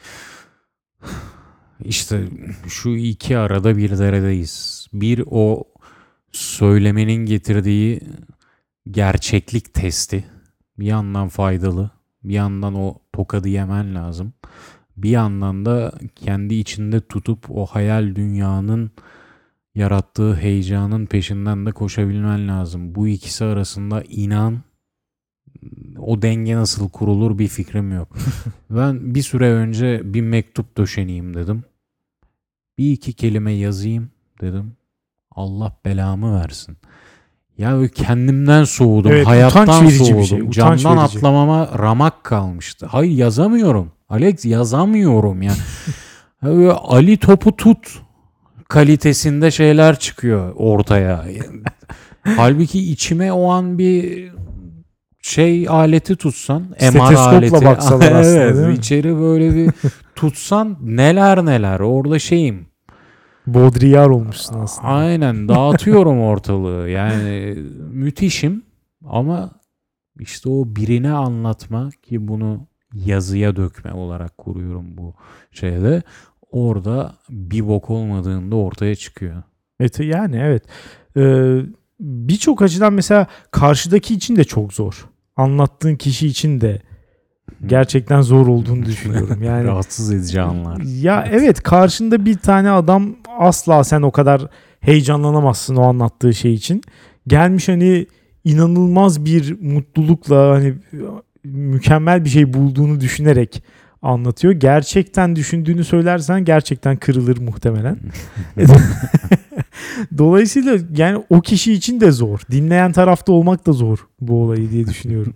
İşte şu iki arada bir deredeyiz. Bir o söylemenin getirdiği gerçeklik testi. Bir yandan faydalı. Bir yandan o tokadı yemen lazım. Bir yandan da kendi içinde tutup o hayal dünyanın yarattığı heyecanın peşinden de koşabilmen lazım. Bu ikisi arasında inan o denge nasıl kurulur bir fikrim yok. Ben bir süre önce bir mektup döşeneyim dedim. Bir iki kelime yazayım dedim. Allah belamı versin. Ya böyle kendimden soğudum. Evet, hayattan utanç verici bir soğudum. şey, utanç Camdan verici. atlamama ramak kalmıştı. Hayır yazamıyorum. Alex yazamıyorum ya. Böyle Ali topu tut kalitesinde şeyler çıkıyor ortaya. Halbuki içime o an bir şey aleti tutsan, M R Steteskopla aleti. baksalar aslında, Evet, değil mi? içeri böyle bir tutsan neler neler orada şeyim. Baudrillard olmuşsun aslında. Aynen dağıtıyorum ortalığı. Yani müthişim ama işte o birine anlatma ki bunu yazıya dökme olarak kuruyorum bu şeyde. Orada bir bok olmadığında ortaya çıkıyor. Evet, yani evet. Ee, birçok açıdan mesela karşıdaki için de çok zor. Anlattığın kişi için de gerçekten zor olduğunu düşünüyorum. Yani rahatsız edici anlar. Ya evet, karşında bir tane adam, asla sen o kadar heyecanlanamazsın o anlattığı şey için. Gelmiş hani inanılmaz bir mutlulukla hani mükemmel bir şey bulduğunu düşünerek anlatıyor. Gerçekten düşündüğünü söylersen gerçekten kırılır muhtemelen. Dolayısıyla yani o kişi için de zor. Dinleyen tarafta olmak da zor bu olayı diye düşünüyorum.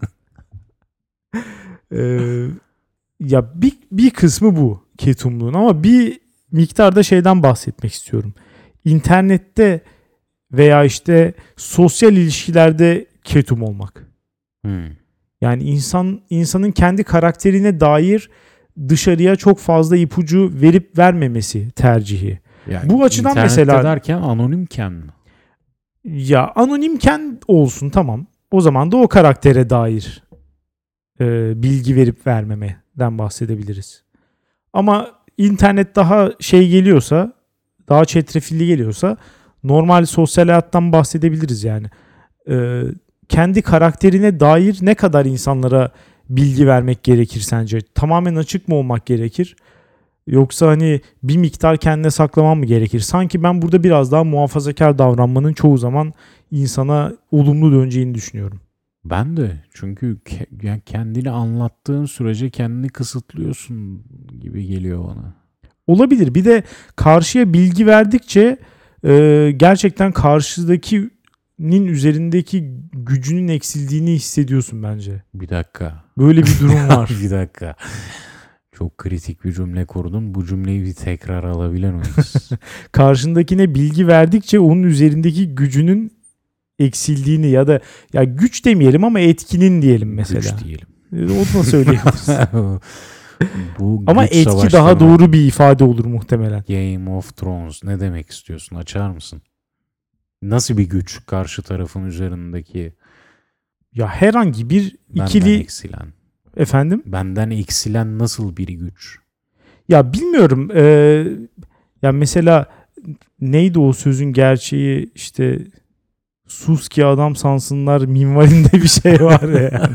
Ee, ya bir, bir kısmı bu ketumluğun, ama bir miktarda şeyden bahsetmek istiyorum. İnternette veya işte sosyal ilişkilerde ketum olmak. Hmm. Yani insan insanın kendi karakterine dair dışarıya çok fazla ipucu verip vermemesi tercihi. Yani bu açıdan internette mesela derken anonimken mi? Ya anonimken olsun, tamam. O zaman da o karaktere dair e, bilgi verip vermemeden bahsedebiliriz. Ama internet daha şey geliyorsa, daha çetrefilli geliyorsa normal sosyal hayattan bahsedebiliriz yani. E, kendi karakterine dair ne kadar insanlara bilgi vermek gerekir sence? Tamamen açık mı olmak gerekir? Yoksa hani bir miktar kendine saklaman mı gerekir? Sanki ben burada biraz daha muhafazakar davranmanın çoğu zaman insana olumlu döneceğini düşünüyorum. Ben de, çünkü ke- yani kendini anlattığın sürece kendini kısıtlıyorsun gibi geliyor bana. Olabilir. Bir de karşıya bilgi verdikçe e, gerçekten karşıdakinin üzerindeki gücünün eksildiğini hissediyorsun bence. Bir dakika. Böyle bir durum var. Bir dakika. Çok kritik bir cümle kurdun. Bu cümleyi bir tekrar alabilir miyiz? Karşındakine bilgi verdikçe onun üzerindeki gücünün eksildiğini, ya da ya güç demeyelim ama etkinin diyelim mesela. Güç diyelim. Onu da söyleyebiliriz. Bu Ama güç etki daha savaşlarına- doğru bir ifade olur muhtemelen. Game of Thrones ne demek istiyorsun? Açar mısın? Nasıl bir güç karşı tarafın üzerindeki Ya herhangi bir benden ikili eksilen? efendim. Benden eksilen nasıl bir güç? Ya bilmiyorum. Ee, ya mesela neydi o sözün gerçeği, işte sus ki adam sansınlar minvalinde bir şey var ya yani.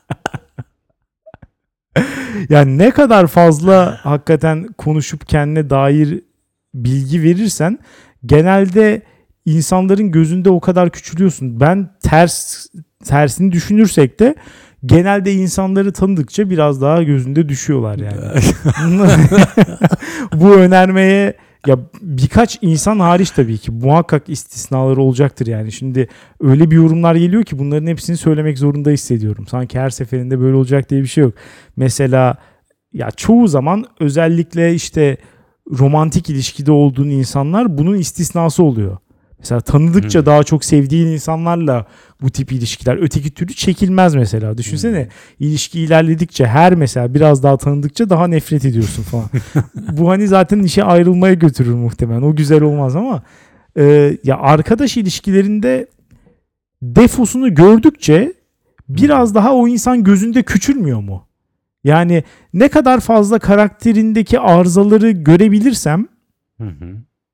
Yani ne kadar fazla hakikaten konuşup kendine dair bilgi verirsen genelde insanların gözünde o kadar küçülüyorsun. Ben ters tersini düşünürsek de genelde insanları tanıdıkça biraz daha gözünde düşüyorlar yani. Bu önermeye ya birkaç insan hariç tabii ki muhakkak istisnaları olacaktır yani. Şimdi öyle bir yorumlar geliyor ki bunların hepsini söylemek zorunda hissediyorum. Sanki her seferinde böyle olacak diye bir şey yok. Mesela ya çoğu zaman özellikle işte romantik ilişkide olduğun insanlar bunun istisnası oluyor. Mesela tanıdıkça Hmm. daha çok sevdiğin insanlarla bu tip ilişkiler, öteki türlü çekilmez mesela. Düşünsene Hmm. ilişki ilerledikçe her mesela biraz daha tanıdıkça daha nefret ediyorsun falan. Bu hani zaten işe ayrılmaya götürür muhtemelen. O güzel olmaz ama e, ya arkadaş ilişkilerinde defosunu gördükçe biraz daha o insan gözünde küçülmüyor mu? Yani ne kadar fazla karakterindeki arızaları görebilirsem Hı hı.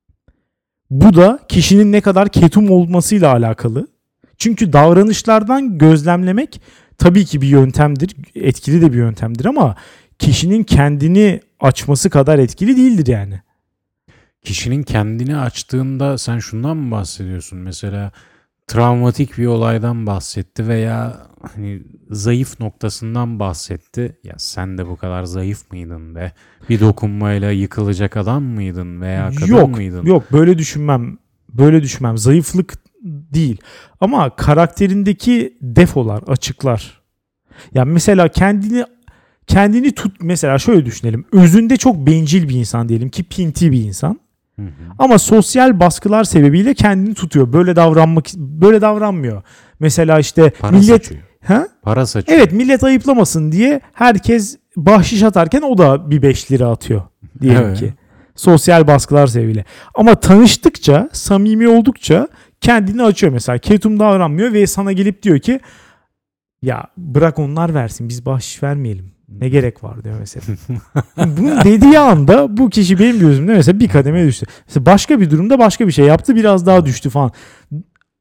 bu da kişinin ne kadar ketum olmasıyla alakalı. Çünkü davranışlardan gözlemlemek tabii ki bir yöntemdir. Etkili de bir yöntemdir ama kişinin kendini açması kadar etkili değildir yani. Kişinin kendini açtığında sen şundan mı bahsediyorsun? Mesela travmatik bir olaydan bahsetti veya hani zayıf noktasından bahsetti. Ya sen de bu kadar zayıf mıydın be? Bir dokunmayla yıkılacak adam mıydın veya kadın Yok, mıydın? yok böyle düşünmem. Böyle düşünmem. Zayıflık değil. Ama karakterindeki defolar, açıklar. Ya mesela kendini kendini tut, mesela şöyle düşünelim. Özünde çok bencil bir insan diyelim ki, pinti bir insan. Hı hı. Ama sosyal baskılar sebebiyle kendini tutuyor. Böyle davranmak böyle davranmıyor. Mesela işte Para millet saçıyor. ha? Para saçıyor. Evet, millet ayıplamasın diye herkes bahşiş atarken o da bir beş lira atıyor diyelim Evet. ki. Sosyal baskılar sebebiyle. Ama tanıştıkça, samimi oldukça kendini açıyor mesela. Ketum davranmıyor ve sana gelip diyor ki ya bırak onlar versin, biz bahşiş vermeyelim. Ne gerek var diyor mesela. Bunu dediği anda bu kişi benim gözümde mesela bir kademe düştü. Mesela başka bir durumda başka bir şey yaptı, biraz daha düştü falan.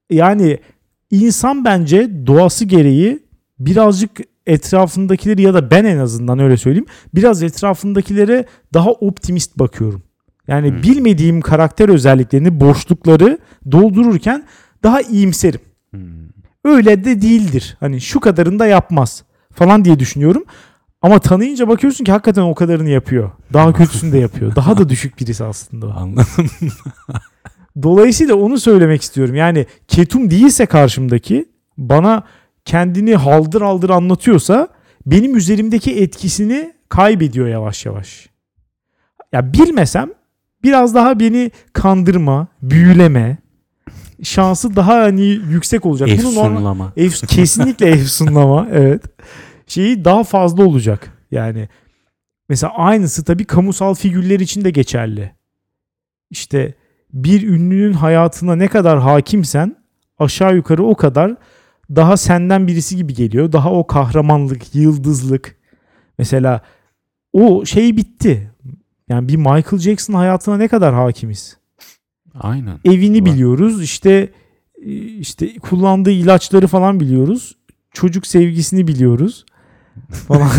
Yani insan bence doğası gereği birazcık etrafındakileri, ya da ben en azından öyle söyleyeyim, biraz etrafındakilere daha optimist bakıyorum. Yani Hmm. bilmediğim karakter özelliklerini, boşlukları doldururken daha iyimserim. Hmm. Öyle de değildir. Hani şu kadarını da yapmaz falan diye düşünüyorum. Ama tanıyınca bakıyorsun ki hakikaten o kadarını yapıyor. Daha kötüsünü de yapıyor. Daha da düşük birisi aslında o. Anladım. Dolayısıyla onu söylemek istiyorum. Yani ketum değilse karşımdaki, bana kendini haldır haldır anlatıyorsa benim üzerimdeki etkisini kaybediyor yavaş yavaş. Ya bilmesem biraz daha beni kandırma, büyüleme şansı daha hani yüksek olacak. Bunu normal Efsunlama. Ef, kesinlikle efsunlama, evet. Şeyi daha fazla olacak. Yani mesela aynısı tabii kamusal figürler için de geçerli. İşte bir ünlünün hayatına ne kadar hakimsen aşağı yukarı o kadar daha senden birisi gibi geliyor. Daha o kahramanlık, yıldızlık. Mesela o şey bitti. Yani bir Michael Jackson hayatına ne kadar hakimiz? Aynen. Evini biliyoruz. İşte işte kullandığı ilaçları falan biliyoruz. Çocuk sevgisini biliyoruz falan.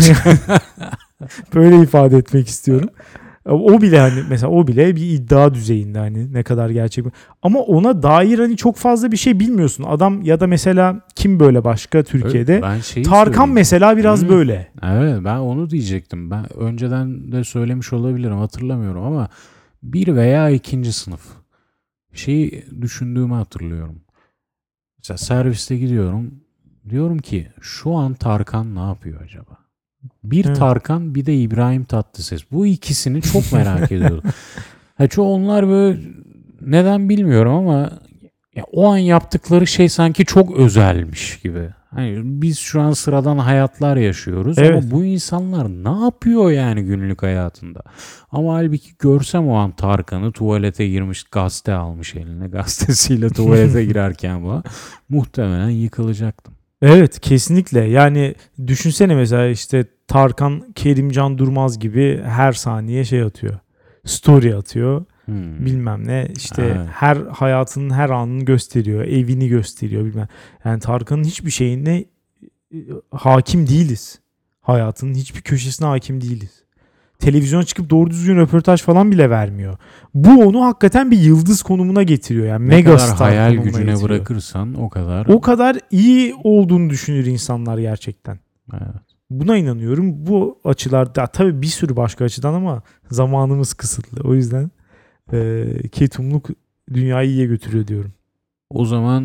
Böyle ifade etmek istiyorum. O bile hani mesela o bile bir iddia düzeyinde, hani ne kadar gerçek. Ama ona dair hani çok fazla bir şey bilmiyorsun. Adam ya da mesela kim böyle başka Türkiye'de? Ben şeyi Tarkan söyleyeyim. mesela biraz Hı. böyle. Evet, ben onu diyecektim. Ben önceden de söylemiş olabilirim, hatırlamıyorum ama bir veya ikinci sınıf şeyi düşündüğümü hatırlıyorum. Mesela serviste gidiyorum. Diyorum ki şu an Tarkan ne yapıyor acaba? Bir Evet. Tarkan, bir de İbrahim Tatlıses. Bu ikisini çok merak ediyordum. Ha, çoğu onlar böyle, neden bilmiyorum ama ya o an yaptıkları şey sanki çok özelmiş gibi. Hani biz şu an sıradan hayatlar yaşıyoruz Evet. ama bu insanlar ne yapıyor yani günlük hayatında? Ama halbuki görsem o an Tarkan'ı tuvalete girmiş, gazete almış eline, gazetesiyle tuvalete girerken bu, muhtemelen yıkılacaktım. Evet, kesinlikle. Yani düşünsene mesela işte Tarkan Kerimcan Durmaz gibi her saniye şey atıyor. Story atıyor. Hmm. Bilmem ne işte, Evet. her hayatının her anını gösteriyor. Evini gösteriyor bilmem. Yani Tarkan'ın hiçbir şeyine e, hakim değiliz. Hayatının hiçbir köşesine hakim değiliz. Televizyona çıkıp doğru düzgün röportaj falan bile vermiyor. Bu onu hakikaten bir yıldız konumuna getiriyor. Yani Ne kadar megastar hayal konumuna gücüne getiriyor. bırakırsan o kadar. O kadar iyi olduğunu düşünür insanlar gerçekten. Evet. Buna inanıyorum. Bu açılarda tabii bir sürü başka açıdan ama zamanımız kısıtlı. O yüzden e, ketumluk dünyayı iyiye götürüyor diyorum. O zaman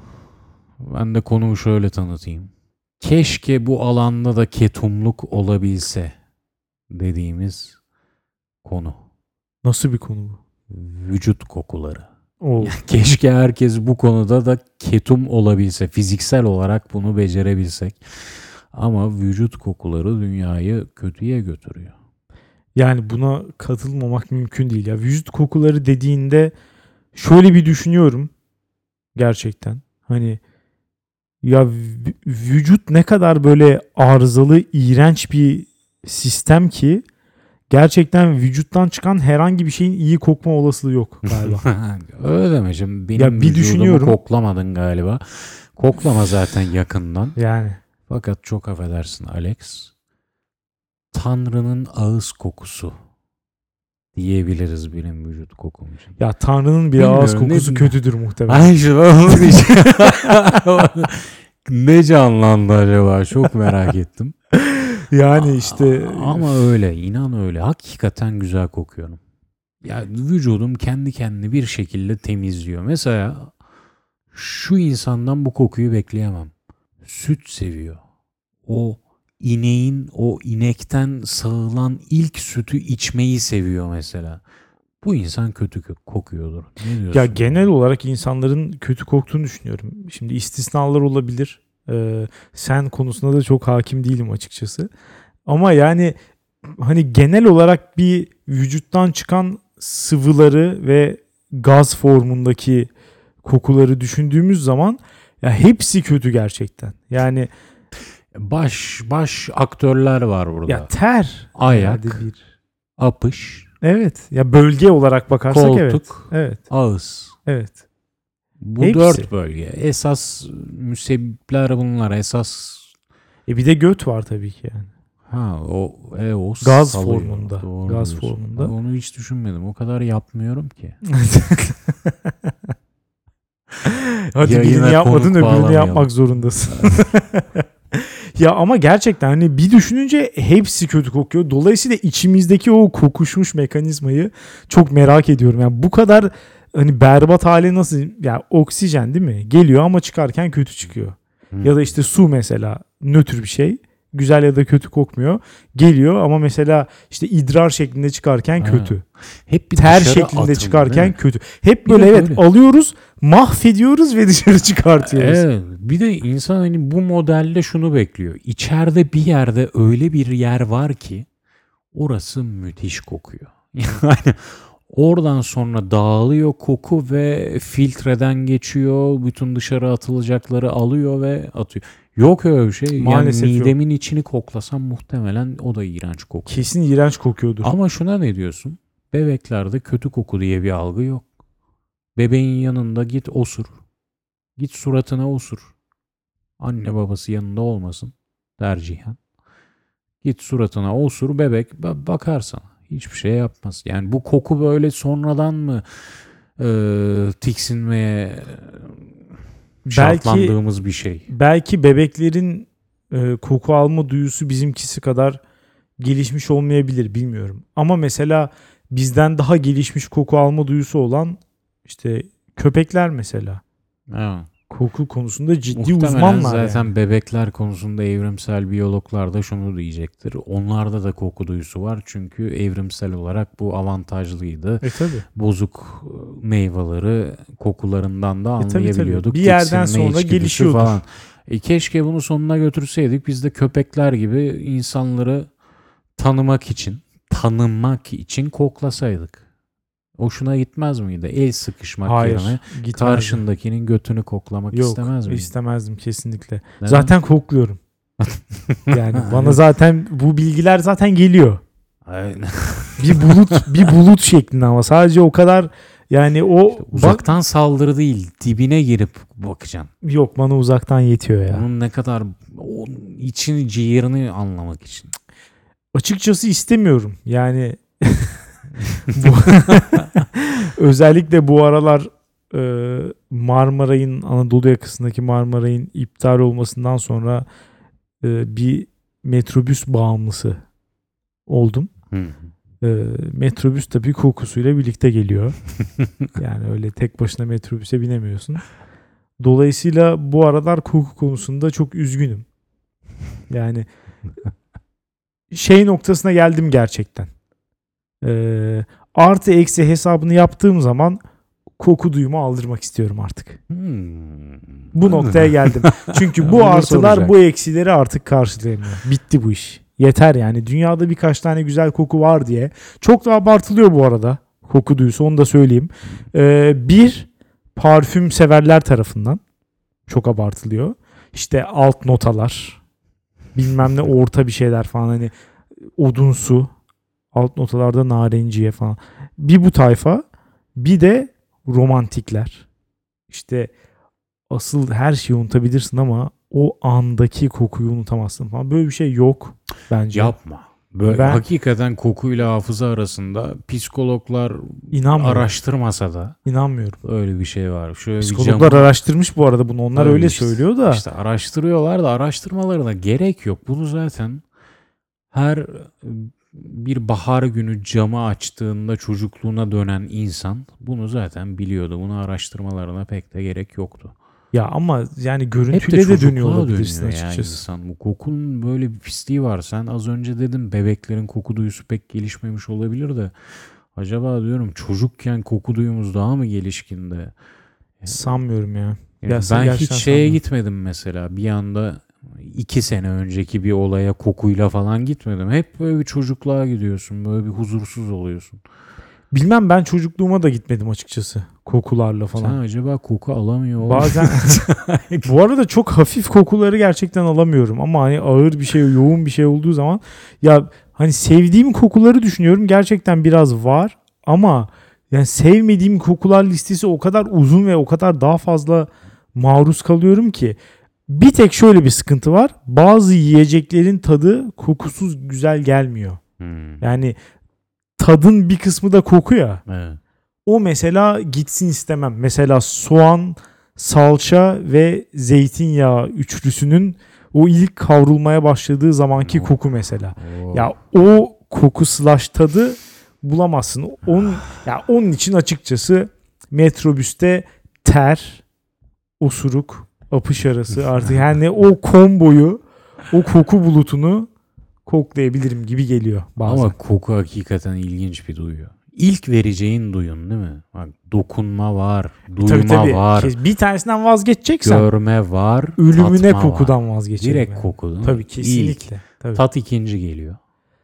ben de konumu şöyle tanıtayım. Keşke bu alanda da ketumluk olabilse dediğimiz konu. Nasıl bir konu bu? Vücut kokuları. O Keşke herkes bu konuda da ketum olabilse. Fiziksel olarak bunu becerebilsek. Ama vücut kokuları dünyayı kötüye götürüyor. yani buna katılmamak mümkün değil ya. Vücut kokuları dediğinde şöyle bir düşünüyorum gerçekten. Hani ya v- vücut ne kadar böyle arızalı, iğrenç bir sistem ki gerçekten vücuttan çıkan herhangi bir şeyin iyi kokma olasılığı yok galiba. Öyle deme şimdi. Benim Ya bir vücudumu düşünüyorum. koklamadın galiba. Koklama zaten yakından. Yani Fakat çok affedersin Alex. Tanrı'nın ağız kokusu diyebiliriz benim vücut kokum için. ya Tanrı'nın bir Bilmiyorum, ağız kokusu ne- kötüdür muhtemelen. Ay işte ben onu diyeceğim. Ne canlandı acaba? Çok merak ettim. Yani işte Ama öyle, inan öyle. Hakikaten güzel kokuyorum. Ya vücudum kendi kendini bir şekilde temizliyor. Mesela şu insandan bu kokuyu bekleyemem. Süt seviyor. O ineğin, o inekten sağılan ilk sütü içmeyi seviyor mesela. Bu insan kötü kö- kokuyordur. Ne diyorsun? ya genel olarak insanların kötü koktuğunu düşünüyorum. Şimdi istisnalar olabilir. Ee, sen konusunda da çok hakim değilim açıkçası. Ama yani hani genel olarak bir vücuttan çıkan sıvıları ve gaz formundaki kokuları düşündüğümüz zaman ya hepsi kötü gerçekten. Yani Baş baş aktörler var burada. ya ter, Ayak, herhalde bir. apış, Evet. Ya bölge olarak bakarsak evet. koltuk, Evet. ağız. Evet. Bu Hepsi. dört bölge. Esas müsebbipler bunlar. Esas E bir de göt var tabii ki yani. ha o e, o Gaz salıyor. formunda. Doğru Gaz diyorsun. formunda. Onu hiç düşünmedim. O kadar yapmıyorum ki. Hadi Yayına birini yapmadın konuk öbürünü bağlamayalım. yapmak zorundasın. Ya ama gerçekten hani bir düşününce hepsi kötü kokuyor. Dolayısıyla içimizdeki o kokuşmuş mekanizmayı çok merak ediyorum. Yani bu kadar hani berbat hale nasıl, ya oksijen değil mi? Geliyor ama çıkarken kötü çıkıyor. Hı. Ya da işte su mesela nötr bir şey. Güzel ya da kötü kokmuyor. Geliyor ama mesela işte idrar şeklinde çıkarken Ha. kötü. Hep bir Ter dışarı şeklinde atım, çıkarken değil mi? kötü. Hep Bir böyle de evet böyle. alıyoruz, mahvediyoruz ve dışarı çıkartıyoruz. Evet. Bir de insan hani bu modelde şunu bekliyor. İçeride bir yerde öyle bir yer var ki orası müthiş kokuyor. Yani oradan sonra dağılıyor koku ve filtreden geçiyor. Bütün dışarı atılacakları alıyor ve atıyor. Yok öyle bir şey. Maalesef yani yok. midemin içini koklasam muhtemelen o da iğrenç kokuyor. Kesin iğrenç kokuyordur. Ama şuna ne diyorsun? Bebeklerde kötü koku diye bir algı yok. Bebeğin yanında git osur. Git suratına osur. Anne babası yanında olmasın tercihen. Git suratına osur, bebek ba- bakar sana. Hiçbir şey yapmaz. Yani bu koku böyle sonradan mı e, tiksinmeye Belki şartlandığımız bir şey? belki bebeklerin e, koku alma duyusu bizimkisi kadar gelişmiş olmayabilir, bilmiyorum. Ama mesela bizden daha gelişmiş koku alma duyusu olan işte köpekler mesela. Ha. Koku konusunda ciddi Muhtemelen uzmanlar zaten yani. bebekler konusunda evrimsel biyologlar da şunu diyecektir. Onlarda da koku duyusu var çünkü evrimsel olarak bu avantajlıydı. E tabi. Bozuk meyveleri kokularından da E tabii, tabii. anlayabiliyorduk. Bir yerden Tiksinme, sonra içgüdüsü gelişiyordur. falan. E keşke bunu sonuna götürseydik. Biz de köpekler gibi insanları tanımak için, tanımak için koklasaydık. Hoşuna gitmez miydi? El sıkışmak Hayır, yerine gitmezdi. karşındakinin götünü koklamak Yok, istemez miydin? istemezdim kesinlikle. Neden? Zaten kokluyorum. Yani bana zaten bu bilgiler zaten geliyor. Aynen. Bir bulut bir bulut şeklinde ama sadece o kadar yani o İşte uzaktan saldırı değil, dibine girip bakacaksın. bak, yok bana uzaktan yetiyor ya. Onun ne kadar o içini, ciğerini anlamak için. Açıkçası istemiyorum. Yani bu, özellikle bu aralar e, Marmaray'ın, Anadolu yakasındaki Marmaray'ın iptal olmasından sonra e, bir metrobüs bağımlısı oldum. Hı. E, metrobüs tabii kokusuyla birlikte geliyor. Yani öyle tek başına metrobüse binemiyorsun. Dolayısıyla bu aralar koku konusunda çok üzgünüm. Yani şey noktasına geldim gerçekten. Ee, artı eksi hesabını yaptığım zaman koku duyumu aldırmak istiyorum artık. Hmm. Bu noktaya geldim. Çünkü bu Bunu artılar soracak. bu eksileri artık karşılayamıyor. Bitti bu iş. Yeter yani. Dünyada birkaç tane güzel koku var diye. Çok da abartılıyor bu arada. Koku duyusu, onu da söyleyeyim. Ee, bir, parfüm severler tarafından çok abartılıyor. İşte alt notalar, bilmem ne orta bir şeyler falan, hani odunsu, alt notalarda narenciye falan. Bir bu tayfa, bir de romantikler. İşte asıl her şeyi unutabilirsin ama o andaki kokuyu unutamazsın falan. Böyle bir şey yok bence. Yapma. Böyle Ben- hakikaten kokuyla hafıza arasında psikologlar İnanmıyorum. araştırmasa da İnanmıyorum. öyle bir şey var. Şöyle bir Psikologlar camı- araştırmış bu arada bunu. Onlar Tabii öyle işte, söylüyor da. İşte araştırıyorlar da araştırmalarına gerek yok. Bunu zaten her bir bahar günü camı açtığında çocukluğuna dönen insan bunu zaten biliyordu. Bunu araştırmalarına pek de gerek yoktu. Ya ama yani Hep görüntüyle de de, çocukluğa dönüyor olabilirsin dönüyor yani açıkçası. insan. Bu kokunun böyle bir pisliği var. Sen az önce dedim bebeklerin koku duyusu pek gelişmemiş olabilir de acaba diyorum çocukken koku duyumuz daha mı gelişkinde? Sanmıyorum ya. Yani Ya ben sen hiç gerçekten şeye sanmıyorum. gitmedim mesela. Bir anda iki sene önceki bir olaya kokuyla falan gitmedim. Hep böyle bir çocukluğa gidiyorsun. Böyle bir huzursuz oluyorsun. Bilmem, ben çocukluğuma da gitmedim açıkçası. Kokularla falan. Sen acaba koku alamıyor ol- Bazen bu arada çok hafif kokuları gerçekten alamıyorum ama hani ağır bir şey, yoğun bir şey olduğu zaman ya hani sevdiğim kokuları düşünüyorum, gerçekten biraz var ama Yani sevmediğim kokular listesi o kadar uzun ve o kadar daha fazla maruz kalıyorum ki. Bir tek şöyle bir sıkıntı var. Bazı yiyeceklerin tadı kokusuz güzel gelmiyor. Hmm. Yani tadın bir kısmı da koku ya. Evet. O mesela gitsin istemem. Mesela soğan, salça ve zeytinyağı üçlüsünün o ilk kavrulmaya başladığı zamanki Oh. koku mesela. Oh. Ya o koku slash tadı bulamazsın. Onun, ya onun için açıkçası metrobüste ter, osuruk, apış arası artık yani o komboyu, o koku bulutunu koklayabilirim gibi geliyor bazen. Ama koku hakikaten ilginç bir duyu. İlk vereceğin duyun değil mi? Bak, dokunma var, duyma Tabii tabii. var, Bir tanesinden vazgeçeceksen görme var, ölümüne tatma kokudan var. vazgeçerim. Direkt yani. koku değil mi? Tabii kesinlikle. Tabii. İlk. Tat ikinci geliyor.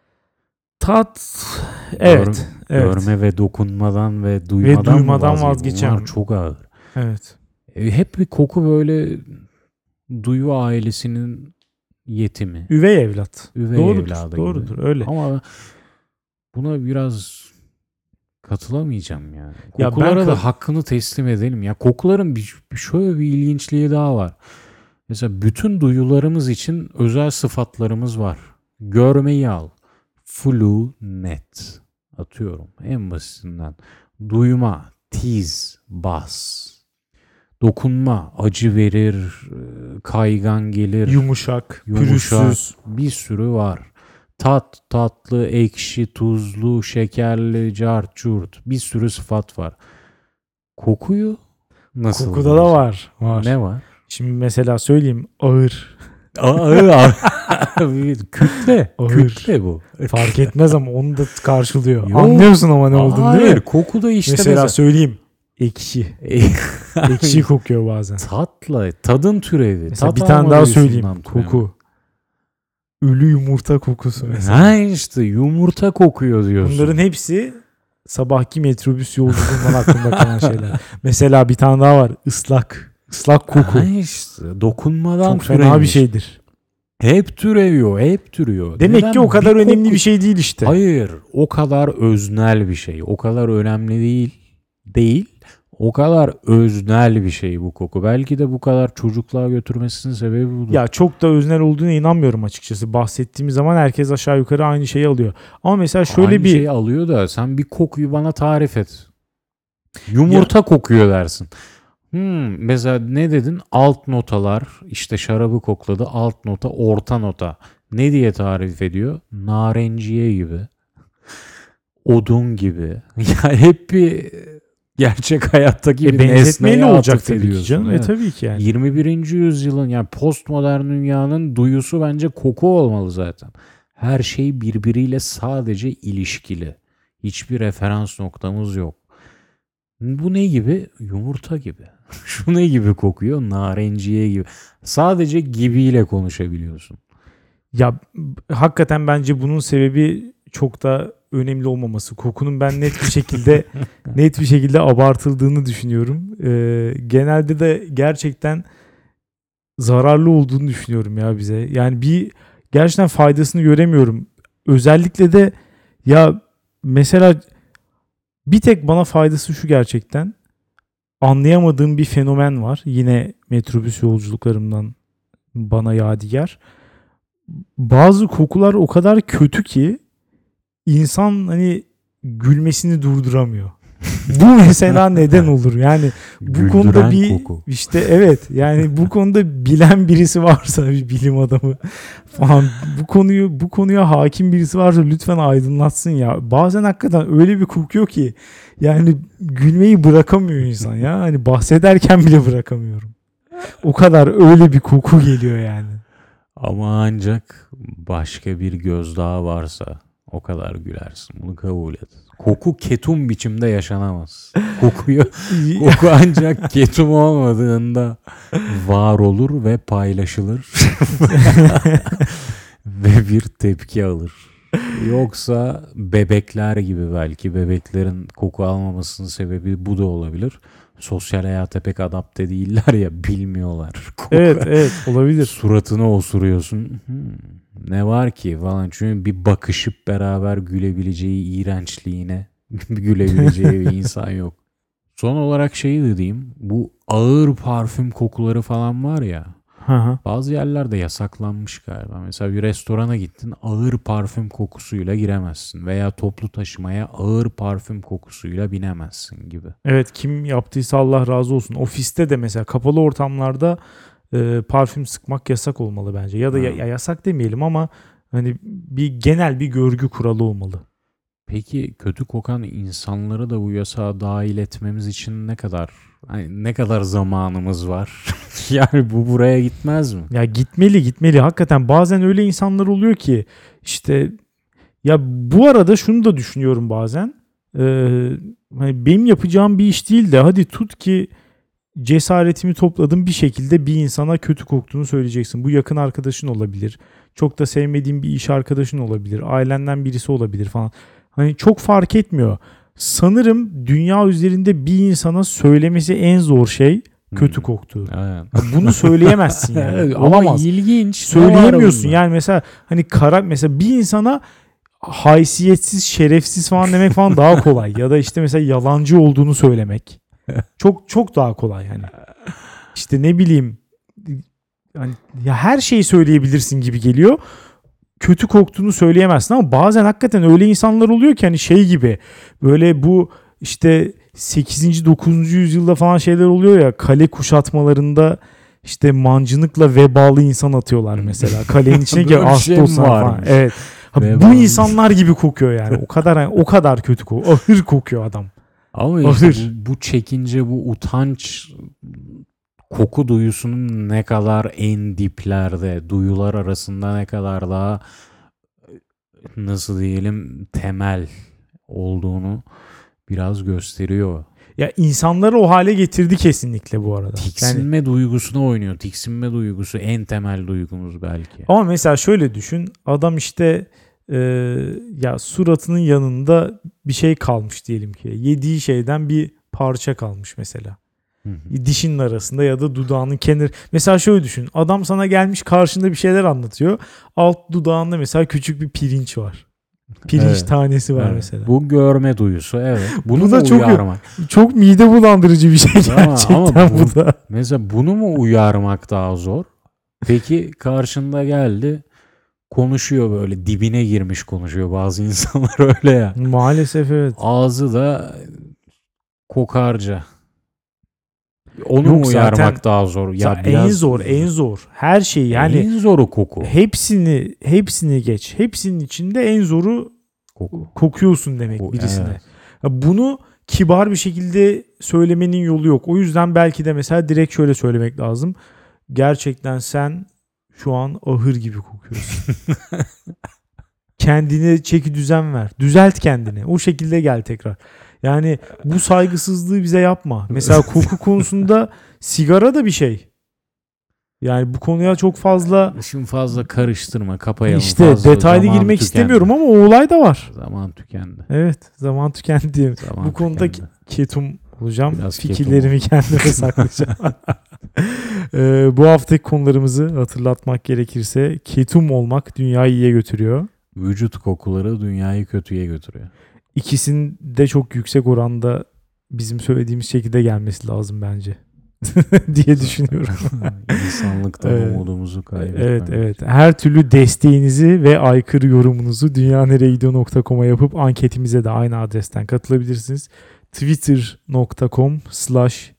Tat evet. Gör- evet. Görme ve dokunmadan ve duymadan, Ve duymadan mı vazgeç- vazgeçemem. Bunlar çok ağır. Evet. E, hep bir koku böyle duyu ailesinin yetimi. Üvey evlat. Üvey doğrudur. evladı gibi. Doğrudur. Öyle. Ama buna biraz katılamayacağım yani. Ya Kokulara ben da kat- hakkını teslim edelim. Ya kokuların bir, şöyle bir ilginçliği daha var. Mesela bütün duyularımız için özel sıfatlarımız var. Görmeyi al. Flu, net. Atıyorum en basitinden. Duyma, tiz, bas. Dokunma, acı verir, kaygan gelir, Yumuşak, yumuşak, pürüzsüz. bir sürü var. Tat, tatlı, ekşi, tuzlu, şekerli, cart, curt, bir sürü sıfat var. Kokuyu nasıl? Kokuda da var. var. Ne var? Şimdi mesela söyleyeyim ağır. Ağır ağır. Kütle. Ağır. Kütle bu. Fark etmez ama onu da karşılıyor. Yok. Anlıyorsun ama ne olduğunu değil Hayır, mi? koku da işte mesela, mesela. söyleyeyim. Ekşi. Ekşi kokuyor bazen. Tatla, tadın türevi. Mesela Tat bir tane alma daha duyusundan söyleyeyim. türevi. Koku. Ölü yumurta kokusu mesela. Ha işte yumurta kokuyor diyorsun. Bunların hepsi sabahki metrobüs yolculuğundan aklımda kalan şeyler. Mesela bir tane daha var. Islak. Islak koku. Ha işte dokunmadan Çok fena türemiş. bir şeydir. Hep türeviyor, hep türüyor. Demek Neden? ki o kadar Bir önemli koku- bir şey değil işte. Hayır, o kadar öznel bir şey. O kadar önemli değil. Değil. O kadar öznel bir şey bu koku. Belki de bu kadar çocukluğa götürmesinin sebebi budur. Ya çok da öznel olduğuna inanmıyorum açıkçası. Bahsettiğimiz zaman herkes aşağı yukarı aynı şeyi alıyor. Ama mesela şöyle Aynı bir şeyi alıyor da sen bir kokuyu bana tarif et. Yumurta kokuyor dersin. Hmm, mesela ne dedin? Alt notalar, işte şarabı kokladı. Alt nota, orta nota. Ne diye tarif ediyor? Narenciye gibi. Odun gibi. Ya hep bir gerçek hayattaki e, bir benzetmeyle nesneye olacak atıf tabii ki ediyorsun. canım. Evet. E tabii ki yani. yirmi birinci yüzyılın yani postmodern dünyanın duyusu bence koku olmalı zaten. Her şey birbiriyle sadece ilişkili. Hiçbir referans noktamız yok. Bu ne gibi? Yumurta gibi. Şu ne gibi kokuyor? Narenciye gibi. Sadece gibiyle konuşabiliyorsun. Ya hakikaten bence bunun sebebi çok da önemli olmaması. Kokunun ben net bir şekilde net bir şekilde abartıldığını düşünüyorum. Ee, genelde de gerçekten zararlı olduğunu düşünüyorum ya bize. Yani bir gerçekten faydasını göremiyorum. Özellikle de ya mesela bir tek bana faydası şu gerçekten. Anlayamadığım bir fenomen var. Yine metrobüs yolculuklarımdan bana yadigar. Bazı kokular o kadar kötü ki insan hani gülmesini durduramıyor. Bu mesela neden olur? Yani bu Güldüren konuda bir koku. işte evet yani bu konuda bilen birisi varsa bir bilim adamı falan bu konuyu bu konuya hakim birisi varsa lütfen aydınlatsın ya. Bazen hakikaten öyle bir kokuyor ki yani gülmeyi bırakamıyor insan ya. Hani bahsederken bile bırakamıyorum. O kadar öyle bir koku geliyor yani. Ama ancak başka bir göz daha varsa o kadar gülersin. Bunu kabul et. Koku ketum biçimde yaşanamaz. Kokuyu, koku ancak ketum olmadığında var olur ve paylaşılır. Ve bir tepki alır. Yoksa bebekler gibi belki bebeklerin koku almamasının sebebi bu da olabilir. Sosyal hayata pek adapte değiller ya, bilmiyorlar. Koku. Evet evet olabilir. Suratına osuruyorsun. Hmm, ne var ki falan. Çünkü bir bakışıp beraber gülebileceği iğrençliğine gülebileceği bir insan yok. Son olarak şeyi de diyeyim. Bu ağır parfüm kokuları falan var ya. Hı hı. Bazı yerlerde yasaklanmış galiba. Mesela bir restorana gittin, ağır parfüm kokusuyla giremezsin. Veya toplu taşımaya ağır parfüm kokusuyla binemezsin gibi. Evet, kim yaptıysa Allah razı olsun. Ofiste de mesela kapalı ortamlarda e, parfüm sıkmak yasak olmalı bence. Ya da ya, Ha. ya yasak demeyelim ama hani bir genel bir görgü kuralı olmalı. Peki kötü kokan insanları da bu yasağa dahil etmemiz için ne kadar hani ne kadar zamanımız var? Yani bu buraya gitmez mi? Ya gitmeli gitmeli. Hakikaten bazen öyle insanlar oluyor ki işte, ya bu arada şunu da düşünüyorum bazen. Ee, hani benim yapacağım bir iş değil de hadi tut ki cesaretimi topladım, bir şekilde bir insana kötü koktuğunu söyleyeceksin. Bu yakın arkadaşın olabilir. Çok da sevmediğin bir iş arkadaşın olabilir. Ailenden birisi olabilir falan. Hani çok fark etmiyor. Sanırım dünya üzerinde bir insana söylemesi en zor şey kötü Hmm. koktuğu. Evet. Bunu söyleyemezsin yani. Ama Olamaz. ilginç. Ne var Söyleyemiyorsun. bunda? Yani mesela hani kara mesela bir insana haysiyetsiz, şerefsiz falan demek falan daha kolay. Ya da işte mesela yalancı olduğunu söylemek. Çok çok daha kolay yani. İşte ne bileyim, yani ya her şeyi söyleyebilirsin gibi geliyor. Kötü koktuğunu söyleyemezsin ama bazen hakikaten öyle insanlar oluyor ki hani şey gibi, böyle bu işte sekizinci dokuzuncu yüzyılda falan şeyler oluyor ya, kale kuşatmalarında işte mancınıkla vebalı insan atıyorlar mesela. Kalenin içine ki Böyle bir hasta şey mi olsun falan. varmış? Evet. Ha, bu Vebalı. insanlar gibi kokuyor yani. O kadar o kadar kötü kokuyor. Ahır kokuyor adam. Ama işte Ahır. bu, bu çekince, bu utanç koku duyusunun ne kadar en diplerde, duyular arasında ne kadar daha nasıl diyelim temel olduğunu biraz gösteriyor. Ya insanları o hale getirdi kesinlikle bu arada. Yani Tiksinme duygusuna oynuyor. Tiksinme duygusu en temel duygumuz belki. ama mesela şöyle düşün. Adam işte e, ya suratının yanında bir şey kalmış diyelim ki. Yediği şeyden bir parça kalmış mesela. Hı hı. Dişinin arasında ya da dudağının kenarı. Mesela şöyle düşün. Adam sana gelmiş, karşında bir şeyler anlatıyor. Alt dudağında mesela küçük bir pirinç var. Pirinç Evet. tanesi var Evet. mesela. Bu görme duyusu, evet. Bunu Bu da mu çok- uyarmak? Çok mide bulandırıcı bir şey Ama- gerçekten ama bu, bu- da. Mesela bunu mu uyarmak daha zor? Peki karşında geldi, konuşuyor, böyle dibine girmiş konuşuyor. Bazı insanlar öyle ya. Maalesef evet. Ağzı da kokarca. Onu Yok mu uyarmak zaten- daha zor? Ya en biraz zor, en zor. Her şey yani en zoru koku. hepsini hepsini geç. Hepsinin içinde en zoru Koku. kokuyorsun demek Bu- birisine. evet. Ya bunu kibar bir şekilde söylemenin yolu yok. O yüzden belki de mesela direkt şöyle söylemek lazım. Gerçekten sen şu an ahır gibi kokuyorsun. Kendine çeki düzen ver. Düzelt kendini. O şekilde gel tekrar. Yani bu saygısızlığı bize yapma. Mesela koku konusunda sigara da bir şey. Yani bu konuya çok fazla Şimdi fazla karıştırma, kapayalım. işte fazla detaylı zaman girmek tükendi. istemiyorum ama o olay da var. Zaman tükendi. Evet, zaman tükendi diyelim. Zaman Bu konuda tükendi. ketum olacağım. Biraz ketum Fikirlerimi kendime saklayacağım. Ee, bu haftaki konularımızı hatırlatmak gerekirse ketum olmak dünyayı iyiye götürüyor. Vücut kokuları dünyayı kötüye götürüyor. İkisinde çok yüksek oranda bizim söylediğimiz şekilde gelmesi lazım bence. diye düşünüyorum. İnsanlıktan Evet. umudumuzu kaybetmemek. Evet evet. Her türlü desteğinizi ve aykırı yorumunuzu dünyaneregidiyor nokta com'a yapıp anketimize de aynı adresten katılabilirsiniz. twitter nokta com slash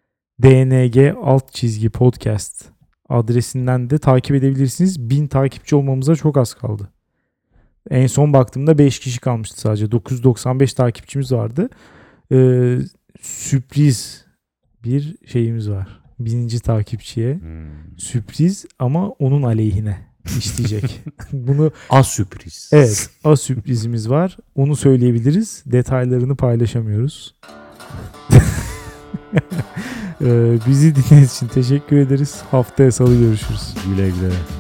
dng alt çizgi podcast adresinden de takip edebilirsiniz. Bin takipçi olmamıza çok az kaldı. En son baktığımda beş kişi kalmıştı sadece. dokuz yüz doksan beş takipçimiz vardı. Ee, sürpriz bir şeyimiz var. Bininci takipçiye. Hmm. Sürpriz ama onun aleyhine işleyecek. Bunu Az sürpriz. evet, a sürprizimiz var. Onu söyleyebiliriz. Detaylarını paylaşamıyoruz. Ee, bizi dinlediğiniz için teşekkür ederiz. Haftaya salı görüşürüz. Güle güle.